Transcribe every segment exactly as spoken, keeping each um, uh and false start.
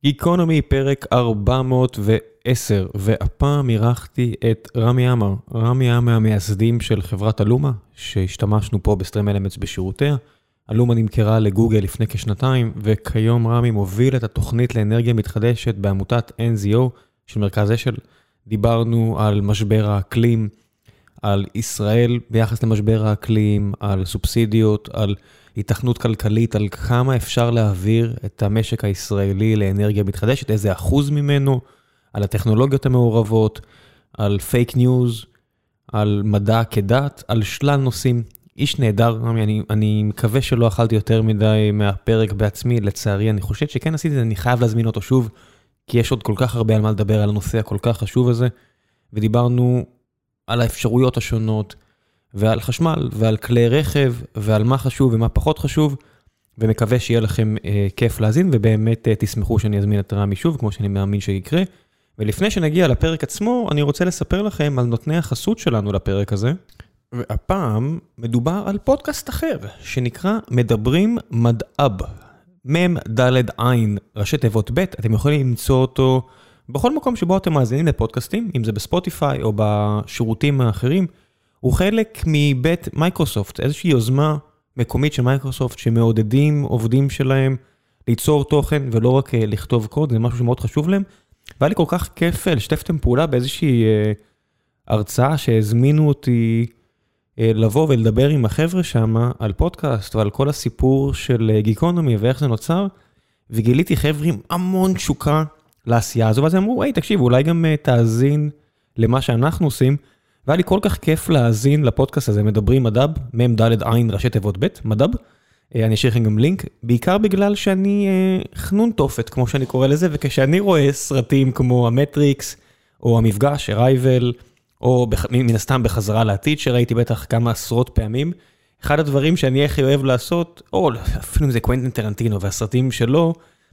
גיקונומי פרק ארבע מאות ועשר, והפעם אירחתי את רמי עמר. רמי עמר מהמייסדים של חברת אלומה, שהשתמשנו פה בסטרים אלמנטס בשירותיה. אלומה נמכרה לגוגל לפני כשנתיים, וכיום רמי מוביל את התוכנית לאנרגיה מתחדשת בעמותת אן זי או של מרכז אשל. דיברנו על משבר האקלים, על ישראל ביחס למשבר האקלים, על סובסידיות, על התכנות כלכלית, על כמה אפשר להעביר את המשק הישראלי לאנרגיה מתחדשת, איזה אחוז ממנו, על הטכנולוגיות המעורבות, על פייק ניוז, על מדע כדת, על שלל נושאים. איש נהדר, אני, אני מקווה שלא אכלתי יותר מדי מהפרק בעצמי, לצערי אני חושב שכן עשיתי את זה, אני חייב להזמין אותו שוב, כי יש עוד כל כך הרבה על מה לדבר על הנושא הכל כך חשוב הזה, ודיברנו על האפשרויות השונות, ועל חשמל, ועל כלי רכב, ועל מה חשוב ומה פחות חשוב, ומקווה שיהיה לכם אה, כיף להזין, ובאמת אה, תשמחו שאני אזמין את רמי שוב, כמו שאני מאמין שיקרה. ולפני שנגיע לפרק עצמו, אני רוצה לספר לכם על נותני החסות שלנו לפרק הזה, והפעם מדובר על פודקאסט אחר, שנקרא מדברים מדעב, מם דלת עין, ראשי תיבות ב', אתם יכולים למצוא אותו בכל מקום שבו אתם מאזינים לפודקאסטים, אם זה בספוטיפיי או בשירותים האחרים, הוא חלק מבית מייקרוסופט, איזושהי יוזמה מקומית של מייקרוסופט, שמעודדים עובדים שלהם ליצור תוכן, ולא רק לכתוב קוד, זה משהו שמאוד חשוב להם. והיה לי כל כך כיף לשתפתם פעולה באיזושהי אה, הרצאה, שהזמינו אותי אה, לבוא ולדבר עם החבר'ה שם, על פודקאסט, ועל כל הסיפור של אה, גיקונומי, ואיך זה נוצר, וגיליתי חבר'ים המון תשוקה לעשייה הזו, ואז הם אמרו, היי, תקשיב, אולי גם אה, תאזין למה שאנחנו עושים, והיה לי כל כך כיף להאזין לפודקאסט הזה, מדברים מדב, מם דלת עין ראשי תיבות ב', מדב. אני אשאיר לכם גם לינק, בעיקר בגלל שאני חנון תופת, כמו שאני קורא לזה, וכשאני רואה סרטים כמו המטריקס, או המפגש, הרייבל, או מן הסתם בחזרה לעתיד, שראיתי בטח כמה עשרות פעמים, אחד הדברים שאני הכי אוהב לעשות, או אפילו אם זה קוונטין טרנטינו, והסרטים שלו,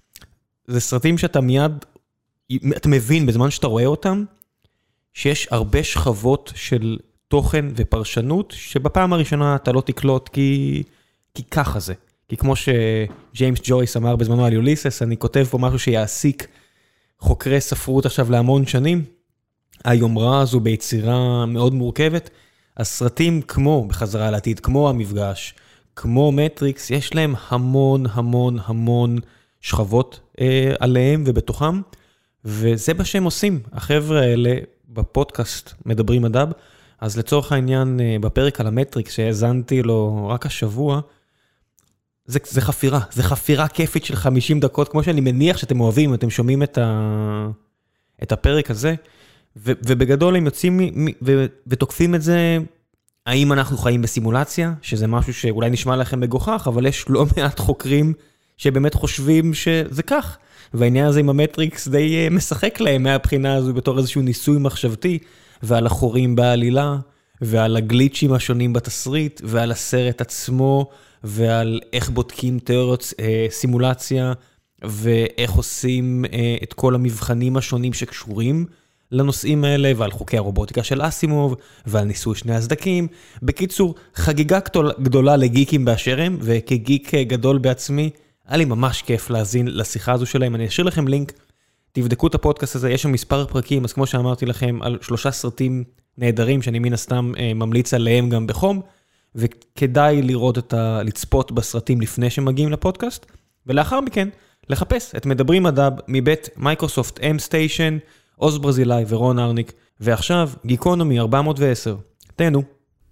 זה סרטים שאתה מיד, אתה מבין בזמן שאתה רואה אותם, שיש הרבה שכבות של תוכן ופרשנות, שבפעם הראשונה אתה לא תקלוט, כי, כי ככה זה. כי כמו שג'יימס ג'ויס אמר בזמנו על יוליסס, אני כותב פה משהו שיעסיק חוקרי ספרות עכשיו להמון שנים, היומרה הזו ביצירה מאוד מורכבת, הסרטים כמו בחזרה לעתיד, כמו המפגש, כמו מטריקס, יש להם המון המון המון שכבות אה, עליהם ובתוכם, וזה מה שהם עושים. החבר'ה האלה בפודקאסט מדברים מדב, אז לצורך העניין בפרק על המטריקס שהאזנתי לו רק השבוע, זה, זה חפירה, זה חפירה כיפית של חמישים דקות, כמו שאני מניח שאתם אוהבים, אתם שומעים את, ה, את הפרק הזה, ו, ובגדול הם יוצאים מ, ו, ותוקפים את זה, האם אנחנו חיים בסימולציה, שזה משהו שאולי נשמע לכם מגוחך, אבל יש לא מעט חוקרים שבאמת חושבים שזה כך, והעניין הזה עם המטריקס די משחק להם מהבחינה הזו בתור איזשהו ניסוי מחשבתי, ועל החורים בעלילה, ועל הגליצ'ים השונים בתסריט, ועל הסרט עצמו, ועל איך בודקים תיאוריות אה, סימולציה, ואיך עושים אה, את כל המבחנים השונים שקשורים לנושאים האלה, ועל חוקי הרובוטיקה של אסימוב, ועל ניסוי שני הסדקים. בקיצור, חגיגה גדולה לגיקים באשר הם, וכגיק גדול בעצמי, היה לי ממש כיף להזין לשיחה הזו שלהם. אני אשאיר לכם לינק, תבדקו את הפודקאסט הזה, יש שם מספר פרקים, אז כמו שאמרתי לכם, על שלושה סרטים נהדרים, שאני מן הסתם אה, ממליץ עליהם גם בחום, וכדאי לראות את ה... לצפות בסרטים לפני שמגיעים לפודקאסט, ולאחר מכן, לחפש את מדברים מדב מבית מייקרוסופט אם סטיישן, עוז ברזילי ורון ארניק, ועכשיו גיקונומי ארבע מאות ועשר. תהנו.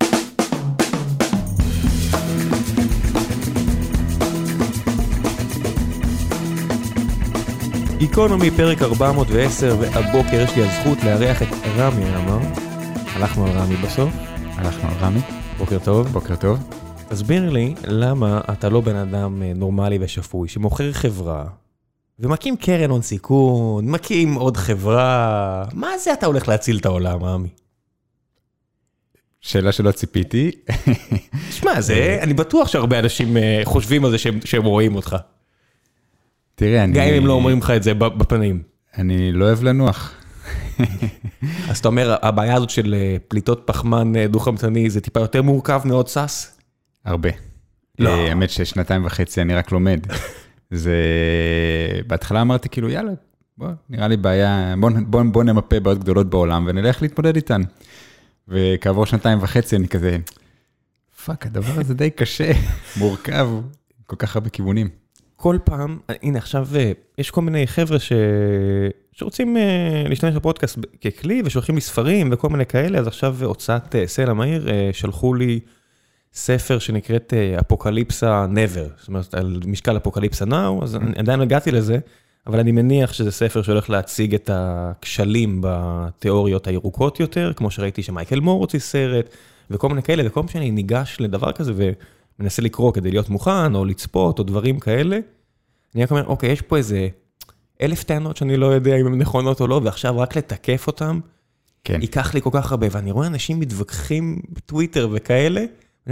גיקונומי פרק ארבע מאות ועשר, והבוקר יש לי הזכות לארח את רמי עמר. הלכנו על רמי בסוף. הלכנו על רמי. בוקר טוב. בוקר טוב. תסביר לי למה אתה לא בן אדם נורמלי ושפוי, שמוכר חברה, ומקים קרן הון סיכון, מקים עוד חברה. מה זה אתה הולך להציל את העולם, רמי? שאלה שלא ציפיתי. שמע, זה, אני בטוח שהרבה אנשים חושבים על זה שהם, שהם רואים אותך. תראה, אני... גם אם הם לא אומרים לך את זה בפנים. אני לא אוהב לנוח. אז אתה אומר, הבעיה הזאת של פליטות פחמן דו-חמצני, זה טיפה יותר מורכב מאוד סס? הרבה. האמת ששנתיים וחצי אני רק לומד. זה, בהתחלה אמרתי כאילו, יאללה, בוא, נראה לי בעיה, בוא, בוא, בוא נמפה בעיות גדולות בעולם, ונלך להתמודד איתן. וכעבור שנתיים וחצי אני כזה, פאק, הדבר הזה די קשה, מורכב, כל כך הרבה כיוונים. כל פעם, הנה עכשיו, יש כל מיני חבר'ה ש... שרוצים להשתמש בפודקאסט ככלי, ושולחים לי ספרים וכל מיני כאלה, אז עכשיו הוצאת סלע מהיר, שלחו לי ספר שנקראת אפוקליפסה never, זאת אומרת, על משקל אפוקליפסה now, אז אני עדיין הגעתי לזה, אבל אני מניח שזה ספר שהולך להציג את הכשלים בתיאוריות הירוקות יותר, כמו שראיתי שמייקל מור הוציא סרט, וכל מיני כאלה, וכל פעם שאני ניגש לדבר כזה, ומנסה לקרוא כדי להיות מוכן, או לצפות, או דברים כאלה, אני רק אומר, אוקיי, יש פה איזה אלף טענות שאני לא יודע אם הן נכונות או לא, ועכשיו רק לתקף אותם, כן. ייקח לי כל כך הרבה, ואני רואה אנשים מתווכחים בטוויטר וכאלה,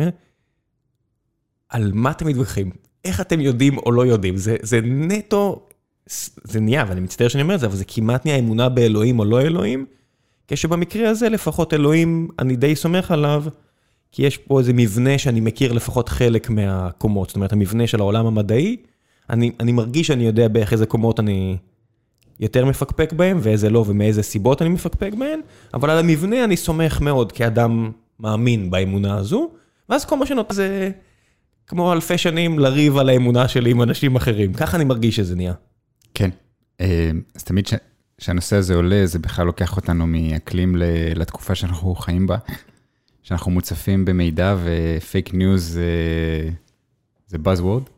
על מה אתם מתווכחים? איך אתם יודעים או לא יודעים? זה, זה נטו, זה נהיה, ואני מצטער שאני אומר את זה, אבל זה כמעט נהיה אמונה באלוהים או לא אלוהים, כשבמקרה הזה לפחות אלוהים, אני די סומך עליו, כי יש פה איזה מבנה שאני מכיר לפחות חלק מהקומות, זאת אומרת, המבנה של העולם המדעי, אני, אני מרגיש שאני יודע באיך איזה קומות אני יותר מפקפק בהם, ואיזה לא, ומאיזה סיבות אני מפקפק בהם, אבל על המבנה אני סומך מאוד, כאדם מאמין באמונה הזו, ואז כל מה שנותר זה כמו אלפי שנים לריב על האמונה שלי עם אנשים אחרים. ככה אני מרגיש שזה נהיה. כן. אז תמיד שהנושא הזה עולה, זה בכלל לוקח אותנו מאקלים לתקופה שאנחנו חיים בה, שאנחנו מוצפים במידע, ופייק ניוז זה, זה buzzword.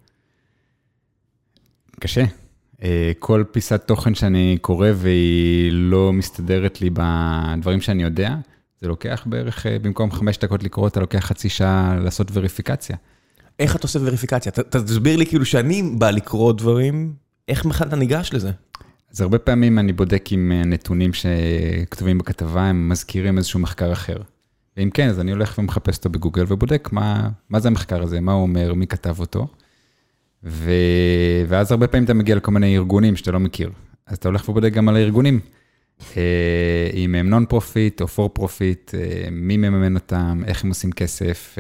קשה. כל פיסת תוכן שאני קורא, והיא לא מסתדרת לי בדברים שאני יודע, זה לוקח בערך, במקום חמש דקות לקרוא, אתה לוקח חצי שעה לעשות וריפיקציה. איך אתה עושה וריפיקציה? תסביר לי כאילו שאני בא לקרוא דברים, איך בכלל אתה ניגש לזה? אז הרבה פעמים אני בודק עם נתונים שכתובים בכתבה, הם מזכירים איזשהו מחקר אחר. ואם כן, אז אני הולך ומחפש אותו בגוגל, ובודק מה, מה זה המחקר הזה, מה הוא אומר, מי כתב אותו. ו... ואז הרבה פעמים אתה מגיע לכל מיני ארגונים שאתה לא מכיר. אז אתה הולך ובודק גם על הארגונים. אם הם נון פרופיט או פור פרופיט, מי מממן אותם, איך הם עושים כסף,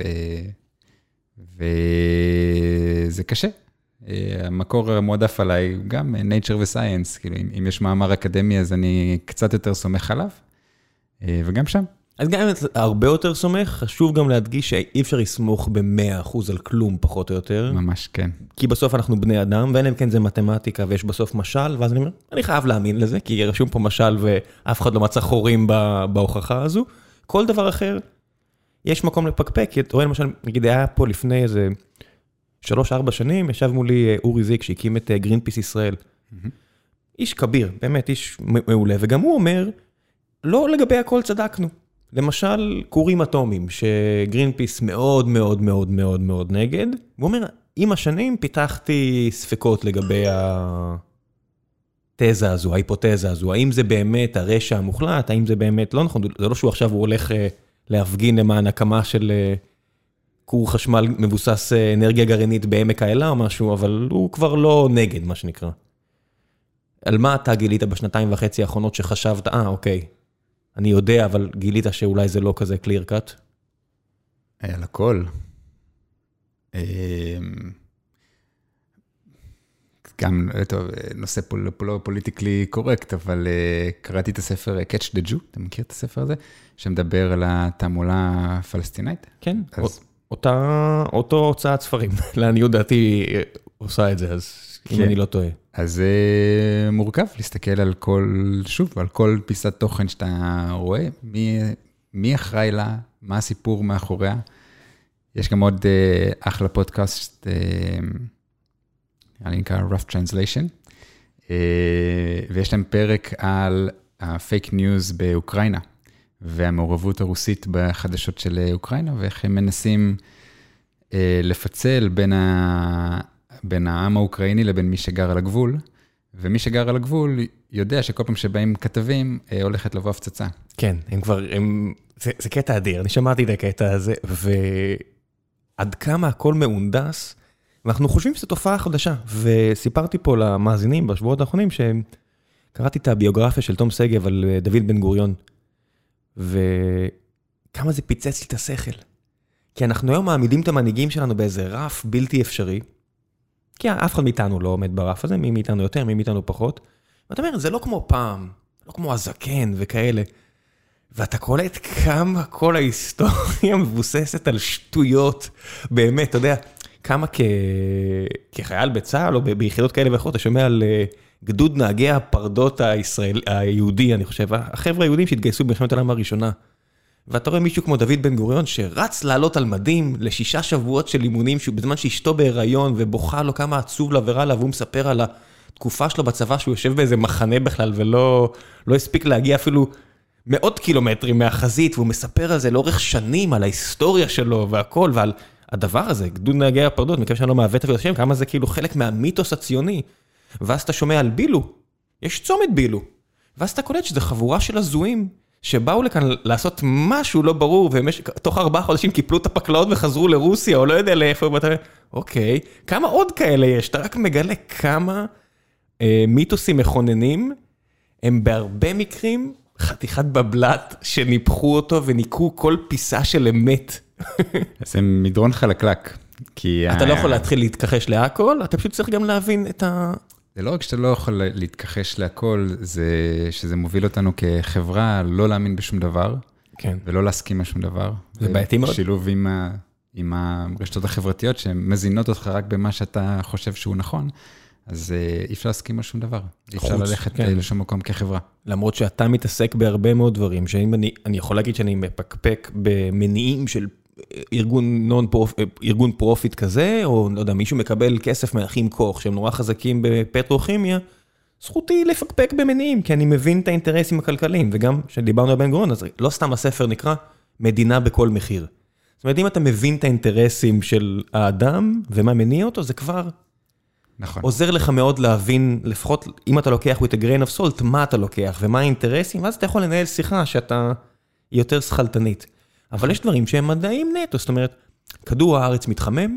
וזה קשה. המקור המועדף עליי, גם nature ו-science, כאילו אם יש מאמר אקדמי, אז אני קצת יותר סומך עליו, וגם שם. אז גם אם אתה הרבה יותר סומך, חשוב גם להדגיש שאי אפשר לסמוך ב-מאה אחוז על כלום, פחות או יותר. ממש, כן. כי בסוף אנחנו בני אדם, ואין אם כן זה מתמטיקה, ויש בסוף משל, ואז אני אומר, אני חייב להאמין לזה, כי רשום פה משל, ואף אחד לא מצא חורים בהוכחה הזו. כל דבר אחר, יש מקום לפקפק, אתה רואה למשל, נגיד, היה פה לפני איזה שלוש, ארבע שנים, ישב מולי אורי זיק, שהקים את גרינפיס ישראל. איש כביר, באמת, איש מעולה, וגם הוא אומר, לא לגבי הכל צדקנו. למשל, כורים אטומיים, שגרינפיס מאוד מאוד מאוד מאוד מאוד נגד, הוא אומר, עם השנים פיתחתי ספקות לגבי התזה הזו, ההיפותזה הזו, האם זה באמת הרשע המוחלט, האם זה באמת לא נכון, זה לא שהוא עכשיו הוא הולך להפגין למען הקמה של כור חשמל מבוסס אנרגיה גרעינית בעמק האלה או משהו, אבל הוא כבר לא נגד, מה שנקרא. על מה אתה גילית בשנתיים וחצי האחרונות שחשבת, אה, אוקיי, אני יודע, אבל גילית שאולי זה לא כזה clear cut? על הכל. גם, טוב, נושא לא פוליטיקלי קורקט, אבל קראתי את הספר Catch the Jew, אתה מכיר את הספר הזה? שמדבר על התעמולה הפלסטינאית? כן, אותה, אותו הוצאת ספרים, לעניות דעתי עושה את זה, אז אם אני לא טועה. אז זה מורכב להסתכל על כל, שוב, על כל פיסת תוכן שאתה רואה, מי, מי אחראי לה, מה הסיפור מאחוריה. יש גם עוד אחלה פודקאסט, אני נקרא Rough Translation, ויש להם פרק על הפייק ניוז באוקראינה, והמעורבות הרוסית בחדשות של אוקראינה, ואיך הם מנסים לפצל בין ה... בין העם האוקראיני לבין מי שגר על הגבול, ומי שגר על הגבול יודע שכל פעם שבאים כתבים, הולכת לבוא הפצצה. כן, הם כבר, הם, זה, זה קטע אדיר, אני שמעתי את הקטע הזה, ועד כמה הכל מהונדס, ואנחנו חושבים שזו תופעה חדשה, וסיפרתי פה למאזינים בשבועות האחרונים, שקראתי את הביוגרפיה של תום שגב על דוד בן גוריון, וכמה זה פיצץ לי את השכל. כי אנחנו היום מעמידים את המנהיגים שלנו באיזה רף בלתי אפשרי, כי אף אחד מאיתנו לא עומד ברף הזה, מי מאיתנו יותר, מי מאיתנו פחות. ואתה אומר, זה לא כמו פעם, לא כמו הזקן וכאלה. ואתה קולט כמה כל ההיסטוריה מבוססת על שטויות. באמת, אתה יודע, כמה כ... כחייל בצהל או ביחידות כאלה ואחרות, אתה שומע על גדוד נהגי הפרדות הישראל... היהודי, אני חושב, החבר'ה היהודים שהתגייסו במלחמת העולם הראשונה. ואתה רואה מישהו כמו דוד בן גוריון, שרץ לעלות על מדים לשישה שבועות של אימונים, בזמן שאשתו בהיריון, ובוכה לו כמה עצוב לה ורע לה, והוא מספר על התקופה שלו בצבא, שהוא יושב באיזה מחנה בכלל, ולא לא הספיק להגיע אפילו מאות קילומטרים מהחזית, והוא מספר על זה לאורך שנים, על ההיסטוריה שלו והכל, ועל הדבר הזה, גדוד נהגי הפרדות, מכיוון שאני לא מעוות אפילו את השם, כמה זה כאילו חלק מהמיתוס הציוני. ואז אתה שומע על בילו, יש צומת בילו, ואז אתה קולט שזה חבורה של הזויים, שבאו לכאן לעשות משהו לא ברור, ותוך ארבעה חודשים קיפלו את הפקלאות וחזרו לרוסיה, או לא יודע לאיפה, ואתה אומר, אוקיי, כמה עוד כאלה יש? אתה רק מגלה כמה אה, מיתוסים מכוננים, הם בהרבה מקרים חתיכת בבלת, שניפחו אותו וניקו כל פיסה של אמת. זה מדרון חלקלק, כי... אתה לא יכול להתחיל להתכחש להכל, אתה פשוט צריך גם להבין את ה... זה לא רק שאתה לא יכול להתכחש להכל, זה שזה מוביל אותנו כחברה לא להאמין בשום דבר, כן. ולא להסכים בשום דבר. זה בעייתי מאוד. שילוב עם, ה, עם הרשתות החברתיות, שהן מזינות אותך רק במה שאתה חושב שהוא נכון, אז אי אפשר להסכים על שום דבר. אי אפשר ללכת כן. לשום מקום כחברה. למרות שאתה מתעסק בהרבה מאוד דברים, שאם אני, אני יכול להגיד שאני מפקפק במניעים של ארגון נון פרופ, ארגון פרופיט כזה, או לא יודע, מישהו מקבל כסף מאחים כוח, שהם נורא חזקים בפטרוכימיה, זכותי לפקפק במניעים, כי אני מבין את האינטרסים הכלכליים, וגם כשדיברנו על בן גוריון, אז לא סתם הספר נקרא מדינה בכל מחיר. זאת אומרת, אם אתה מבין את האינטרסים של האדם, ומה מניע אותו, זה כבר נכון. עוזר לך מאוד להבין, לפחות אם אתה לוקח with a grain of salt, מה אתה לוקח, ומה האינטרסים, ואז אתה יכול לנהל שיחה שאתה יותר שכלתנית. אבל יש דברים שהם מדעיים נטו, זאת אומרת, כדור הארץ מתחמם,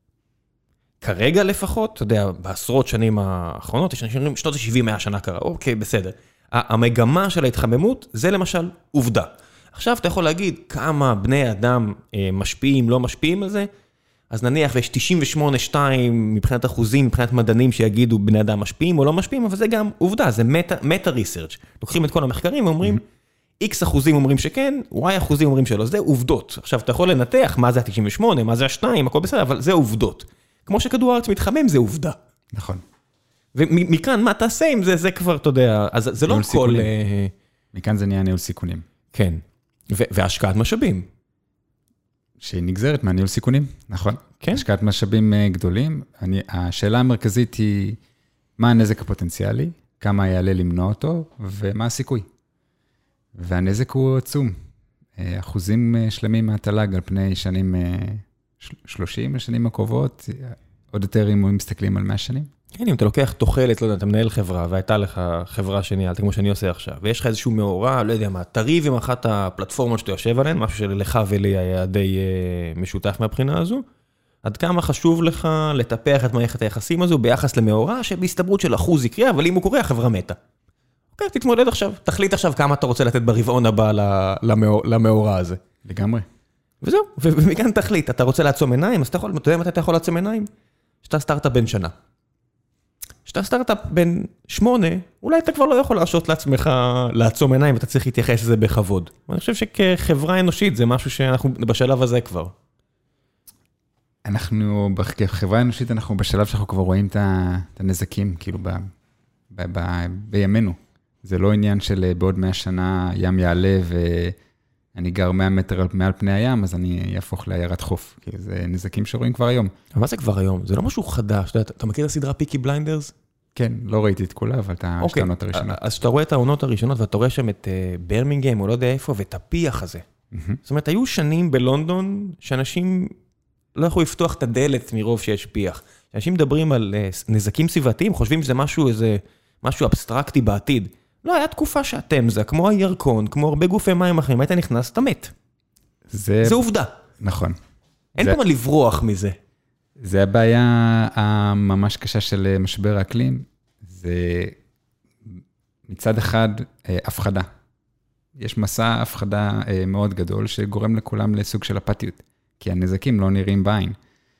כרגע לפחות, אתה יודע, בעשרות שנים האחרונות, יש אנשים שנות ה-שבעים מאה שנה קרה, אוקיי, בסדר. המגמה של ההתחממות, זה למשל עובדה. עכשיו אתה יכול להגיד כמה בני אדם משפיעים, לא משפיעים על זה, אז נניח ויש תשעים ושמונה נקודה שתיים מבחינת אחוזים, מבחינת מדענים שיגידו בני אדם משפיעים או לא משפיעים, אבל זה גם עובדה, זה מטה-ריסרצ'. לוקחים את כל המחקרים ואומרים, X אחוזים אומרים שכן, Y אחוזים אומרים שלא, זה עובדות. עכשיו, אתה יכול לנתח מה זה ה-תשעים ושמונה, מה זה ה-שתיים, הכל בסדר, אבל זה עובדות. כמו שכדור הארץ מתחמם, זה עובדה. נכון. ומכאן, מה תעשה עם זה, זה כבר, אתה יודע, אז זה לא כל... מכאן זה נהיה ניהול סיכונים. כן, והשקעת משאבים. שהיא נגזרת מהניהול סיכונים, נכון? כן. השקעת משאבים גדולים. אני, השאלה המרכזית היא, מה הנזק הפוטנציאלי, כמה יעלה למנוע אותו, ומה הסיכוי. והנזק הוא עצום. אחוזים שלמים מהתל"ג על פני שנים שלושים, לשנים הקרובות, עוד יותר אם מסתכלים על מאה שנים. כן, אם אתה לוקח תוחלת, לא יודע, אתה מנהל חברה, והייתה לך חברה שניהלת, כמו שאני עושה עכשיו, ויש לך איזשהו מאורע, לא יודע מה, תריב עם אחת הפלטפורמות שאתה יושב עליהן, משהו שלך ולי היה די משותף מהבחינה הזו, עד כמה חשוב לך לטפח את מערכת היחסים הזו ביחס למאורע, שבהסתברות של אחוז יקרה, אבל אם הוא קורה, החברה מתה. אוקיי, תתמודד עכשיו, תחליט עכשיו כמה אתה רוצה לתת ברבעון הבא למאורע הזה. לגמרי. וזהו, ומכאן תחליט, אתה רוצה לעצום עיניים, אז אתה יכול, אתה יודע מתי אתה יכול לעצום עיניים? שאתה סטארט-אפ בן שנה. שאתה סטארט-אפ בן שמונה, אולי אתה כבר לא יכול להרשות לעצמך לעצום עיניים, ואתה צריך להתייחס לזה בכבוד. אני חושב שכחברה אנושית, זה משהו שאנחנו בשלב הזה כבר. אנחנו, כחברה אנושית, אנחנו בשלב שאנחנו כבר רואים את הנזקים, כאילו, ב, ב, ב, בימינו. זה לא עניין של בעוד מאה שנה ים יעלה, ואני גר מאה מטר מעל פני הים, אז אני אהפוך לעיירת חוף. כי זה נזקים שרואים כבר היום. אבל מה זה כבר היום? זה לא משהו חדש. אתה, אתה מכיר את הסדרה פיקי בליינדרס? כן, לא ראיתי את כולה, אבל את אוקיי. העונות הראשונות. אז שאתה רואה את העונות הראשונות, ואתה רואה שם את ברמינגהם, או לא יודע איפה, ואת הפיח הזה. זאת אומרת, היו שנים בלונדון, שאנשים לא יכולו לפתוח את הדלת מרוב שיש פיח. אנשים מדברים על נזקים סביבתיים, חושבים שזה משהו, איזה, משהו אבסטרקטי בעתיד. לא, היה תקופה שאתם, זה כמו הירקון, כמו הרבה גופי מים אחרים, היית נכנס, אתה מת. זה... זה עובדה. נכון. אין זה... פה מה לברוח מזה. זה הבעיה הממש קשה של משבר האקלים, זה מצד אחד הפחדה. יש מסע הפחדה מאוד גדול שגורם לכולם לסוג של אפתיות, כי הנזקים לא נראים בעין.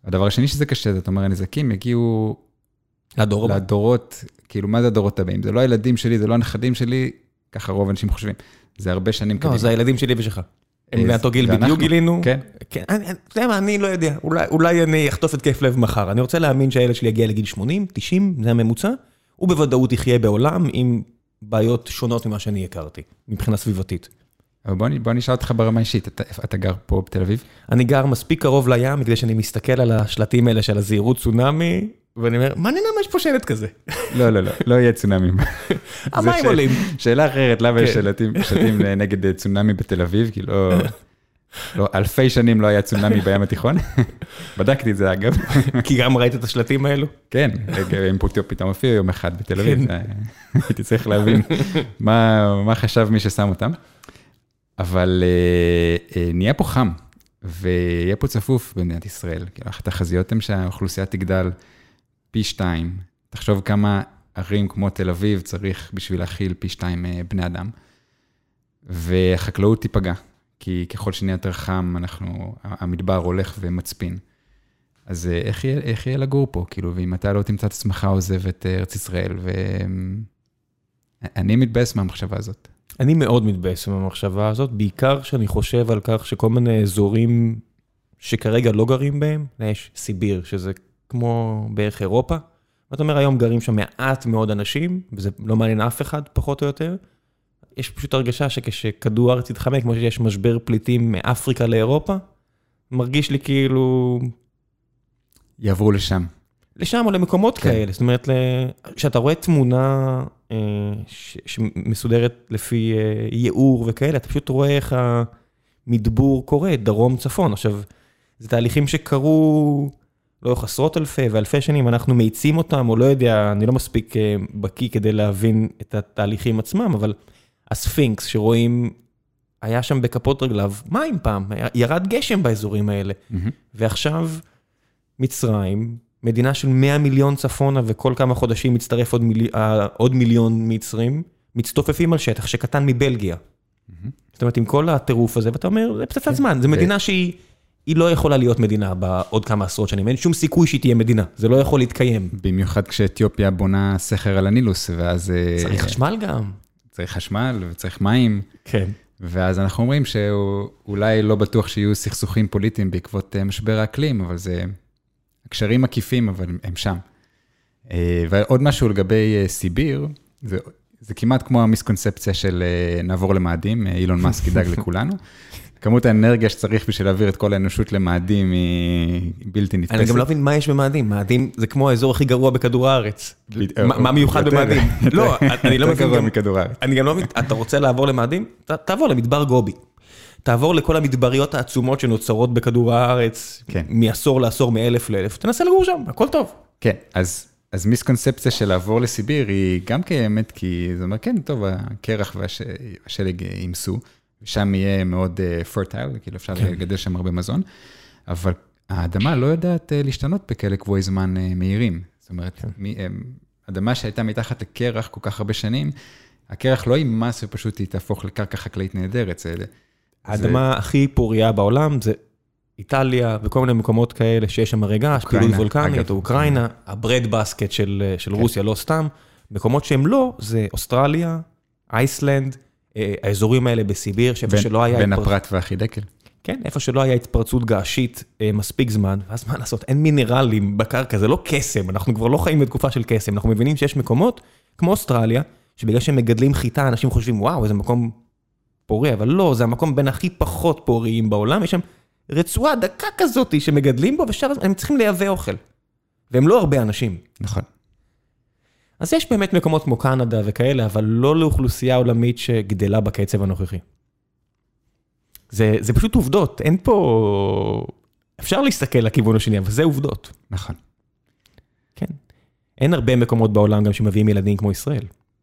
הדבר השני שזה קשה, זאת אומרת, הנזקים יגיעו לדור הבא. לדורות, כאילו, מה זה הדורות הבאים? זה לא הילדים שלי, זה לא הנכדים שלי, ככה רוב אנשים חושבים. זה הרבה שנים קדימה. לא, זה הילדים שלי ושלך. הם באותו גיל בדיוק גילינו. כן. כן, אתה יודע מה, אני לא יודע. אולי אני אחטוף את כיף לב מחר. אני רוצה להאמין שהילד שלי יגיע לגיל שמונים, תשעים, זה הממוצע, הוא בוודאות יחיה בעולם עם בעיות שונות ממה שאני הכרתי, מבחינה סביבתית. אבל בוא, בוא נשאל אותך ברמה אישית, אתה, אתה גר פה בתל אביב? אני גר מספיק קרוב לים, כדי שאני מסתכל על השלטים האלה של הזהירות צונאמי, ואני אומר, מה ננמה יש פה שלט כזה? לא, לא, לא, לא יהיה צונאמים. המים עולים. שאלה אחרת, למה יש שלטים נגד צונאמי בתל אביב? כי לא, לא, אלפי שנים לא היה צונאמי בים התיכון. בדקתי את זה אגב. כי גם ראית את השלטים האלו? כן, הם פתאום הופיעו יום אחד בתל אביב. הייתי צריך להבין מה חשב מי ששם אותם. אבל נהיה פה חם, ויהיה פה צפוף במדינת ישראל. התחזיות הן שהאוכלוסייה תגדל פי שתיים. תחשוב כמה ערים כמו תל אביב צריך בשביל להכיל פי שתיים בני אדם. והחקלאות תיפגע, כי ככל שנהיה יותר חם, אנחנו, המדבר הולך ומצפין. אז איך יהיה, איך יהיה לגור פה? כאילו, ואם אתה לא תמצא את עצמך עוזב את ארץ ישראל, ואני מתבאס מהמחשבה הזאת. אני מאוד מתבאס מהמחשבה הזאת, בעיקר שאני חושב על כך שכל מיני אזורים שכרגע לא גרים בהם, יש סיביר, שזה כמו בערך אירופה, ואתה אומר, היום גרים שם מעט מאוד אנשים, וזה לא מעניין אף אחד, פחות או יותר. יש פשוט הרגשה שכשכדור הארץ יתחמק, כמו שיש משבר פליטים מאפריקה לאירופה, מרגיש לי כאילו... יעברו לשם. לשם או למקומות כן. כאלה. זאת אומרת, כשאתה רואה תמונה שמסודרת לפי ייעור וכאלה, אתה פשוט רואה איך המדבור קורה, דרום צפון. עכשיו, זה תהליכים שקרו... לא חסרות אלפי ואלפי שנים, אנחנו מאיצים אותם, או לא יודע, אני לא מספיק בקיא כדי להבין את התהליכים עצמם, אבל הספינקס שרואים, היה שם בכפות רגליו מים פעם, ירד גשם באזורים האלה, mm-hmm. ועכשיו מצרים, מדינה של מאה מיליון צפונה, וכל כמה חודשים מצטרף עוד, מיל... עוד מיליון מצרים, מצטופפים על שטח שקטן מבלגיה. Mm-hmm. זאת אומרת, עם כל הטירוף הזה, ואתה אומר, זה פצצת זמן, זו מדינה שהיא... היא לא יכולה להיות מדינה בעוד כמה עשרות שנים, אין שום סיכוי שהיא תהיה מדינה, זה לא יכול להתקיים. במיוחד כשאתיופיה בונה סכר על הנילוס, ואז... צריך חשמל גם. צריך חשמל וצריך מים. כן. ואז אנחנו אומרים שאולי לא בטוח שיהיו סכסוכים פוליטיים בעקבות משבר האקלים, אבל זה הקשרים עקיפים, אבל הם שם. ועוד משהו לגבי סיביר, זה, זה כמעט כמו המיסקונספציה של נעבור למאדים, אילון מאסק ידאג לכולנו. כמות האנרגיה שצריך בשביל להעביר את כל האנושות למאדים היא בלתי נתפסת. אני גם לא מבין מה יש במאדים. מאדים זה כמו האזור הכי גרוע בכדור הארץ. מה מיוחד במאדים? לא, אני לא מבין. אני גם לא מבין. אתה רוצה לעבור למאדים? תעבור למדבר גובי. תעבור לכל המדבריות העצומות שנוצרות בכדור הארץ, מעשור לעשור, מאלף לאלף. תנסה לגור שם, הכל טוב. כן, אז אז מיסקונספציה של לעבור לסיביר היא גם קיימת, כי זה אומר, כן, טוב, הקרח והשלג ימסו. שם יהיה מאוד פרטייל, כאילו אפשר לגדל שם הרבה מזון, אבל האדמה לא יודעת להשתנות בכאלה קבועי זמן מהירים. זאת אומרת, אדמה שהייתה מתחת לקרח כל כך הרבה שנים, הקרח לא יימס ופשוט היא תהפוך לקרקע חקלאית נהדרת. האדמה הכי פוריה בעולם זה איטליה וכל מיני מקומות כאלה שיש שם רגש, פעילות וולקנית, או אוקראינה, הברד בסקט של רוסיה, לא סתם. מקומות שהם לא, זה אוסטרליה, אייסלנד, האזורים האלה בסיביר, שאיפה שלא היה... בין הפרט והחידקל. כן, איפה שלא היה התפרצות געשית מספיק זמן, ואז מה לעשות? אין מינרלים בקרקע, זה לא קסם, אנחנו כבר לא חיים בתקופה של קסם, אנחנו מבינים שיש מקומות, כמו אוסטרליה, שבגלל שהם מגדלים חיטה, אנשים חושבים, וואו, איזה מקום פורי, אבל לא, זה המקום בין הכי פחות פוריים בעולם, יש שם רצועה דקה כזאת שמגדלים בו, ושאר הם צריכים לייבא אוכל. והם לא הרבה אנשים. נכון. אז יש באמת מקומות כמו קנדה וכאלה, אבל לא לאוכלוסייה עולמית שגדלה בקצב הנוכחי. זה, זה פשוט עובדות, אין פה... אפשר להסתכל לכיוון השני, אבל זה עובדות. נכון. כן. אין הרבה מקומות בעולם גם שמביאים ילדים כמו ישראל.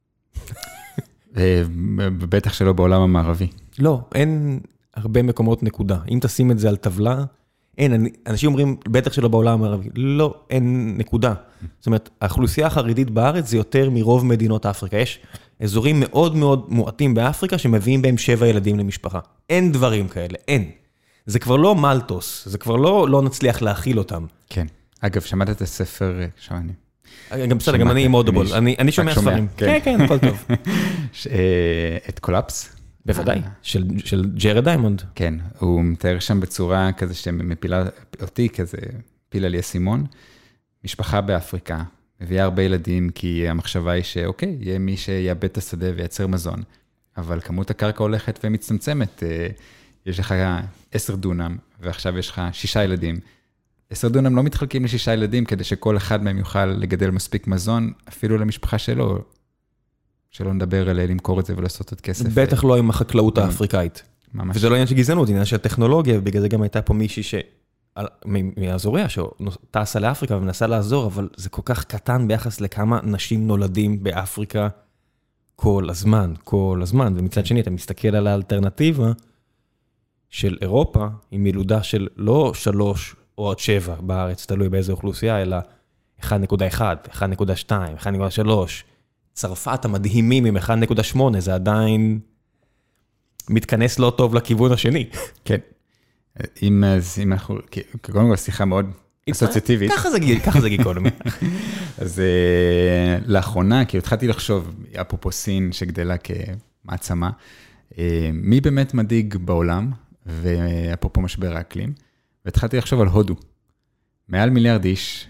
בטח שלא בעולם המערבי. לא, אין הרבה מקומות נקודה. אם תשים את זה על טבלה, אין, אנשים אומרים, בטח שלא בעולם המערבי. לא, אין נקודה. זאת אומרת, האוכלוסייה החרדית בארץ זה יותר מרוב מדינות אפריקה. יש אזורים מאוד מאוד מועטים באפריקה שמביאים בהם שבע ילדים למשפחה. אין דברים כאלה, אין. זה כבר לא מלטוס, זה כבר לא, לא נצליח להכיל אותם. כן. אגב, שמעת את הספר, שמעני. גם בסדר, גם אני עם אודיבול, אני, אני שומע ספרים. כן, כן, הכל טוב. את קולאפס? בוודאי, של, של ג'רד דיימונד. כן, הוא מתאר שם בצורה כזה שמפילה אותי, כזה פילה לי הסימון, משפחה באפריקה, מביאה הרבה ילדים, כי המחשבה היא שאוקיי, יהיה מי שיאבד את השדה וייצר מזון, אבל כמות הקרקע הולכת ומצטמצמת, יש לך עשר דונם, ועכשיו יש לך שישה ילדים, עשר דונם לא מתחלקים לשישה ילדים, כדי שכל אחד מהם יוכל לגדל מספיק מזון, אפילו למשפחה שלו, שלא נדבר על למכור את זה ולעשות עוד כסף. בטח לא עם החקלאות האפריקאית. ממש. וזה לא עניין של גזענות, זה עניין של טכנולוגיה, ובגלל זה גם הייתה פה מישהי ש... מהאזוריה, שטסה לאפריקה ומנסה לעזור, אבל זה כל כך קטן ביחס לכמה נשים נולדים באפריקה כל הזמן, כל הזמן. ומצד שני, אתה מסתכל על האלטרנטיבה של אירופה, עם מילודה של לא שלוש או עד שבע בארץ, תלוי באיזו אוכלוסייה, אלא אחת נקודה אחת, אחת נקודה שתיים, אחת נקודה שלוש. צרפת המדהימים עם אחת נקודה שמונה, זה עדיין מתכנס לא טוב לכיוון השני. כן. אם אנחנו, קודם כל שיחה מאוד אסוציאטיבית. ככה זה גיקונומי. אז לאחרונה, כי התחלתי לחשוב, אפרופו סין שגדלה כמעצמה, מי באמת מדאיג בעולם, ואפרופו משבר האקלים, והתחלתי לחשוב על הודו. מעל מיליארד איש,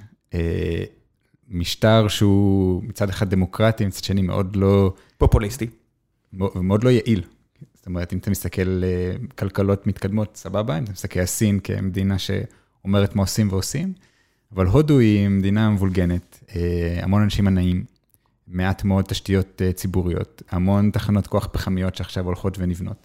משטר שהוא מצד אחד דמוקרטי, מצד שני מאוד לא... פופוליסטי. ומאוד לא יעיל. זאת אומרת, אם אתה מסתכל על כלכלות מתקדמות, סבבה, אם אתה מסתכל על סין כמדינה שאומרת מה עושים ועושים, אבל הודו היא מדינה מבולגנת, המון אנשים עניים, מעט מאוד תשתיות ציבוריות, המון תחנות כוח פחמיות שעכשיו הולכות ונבנות.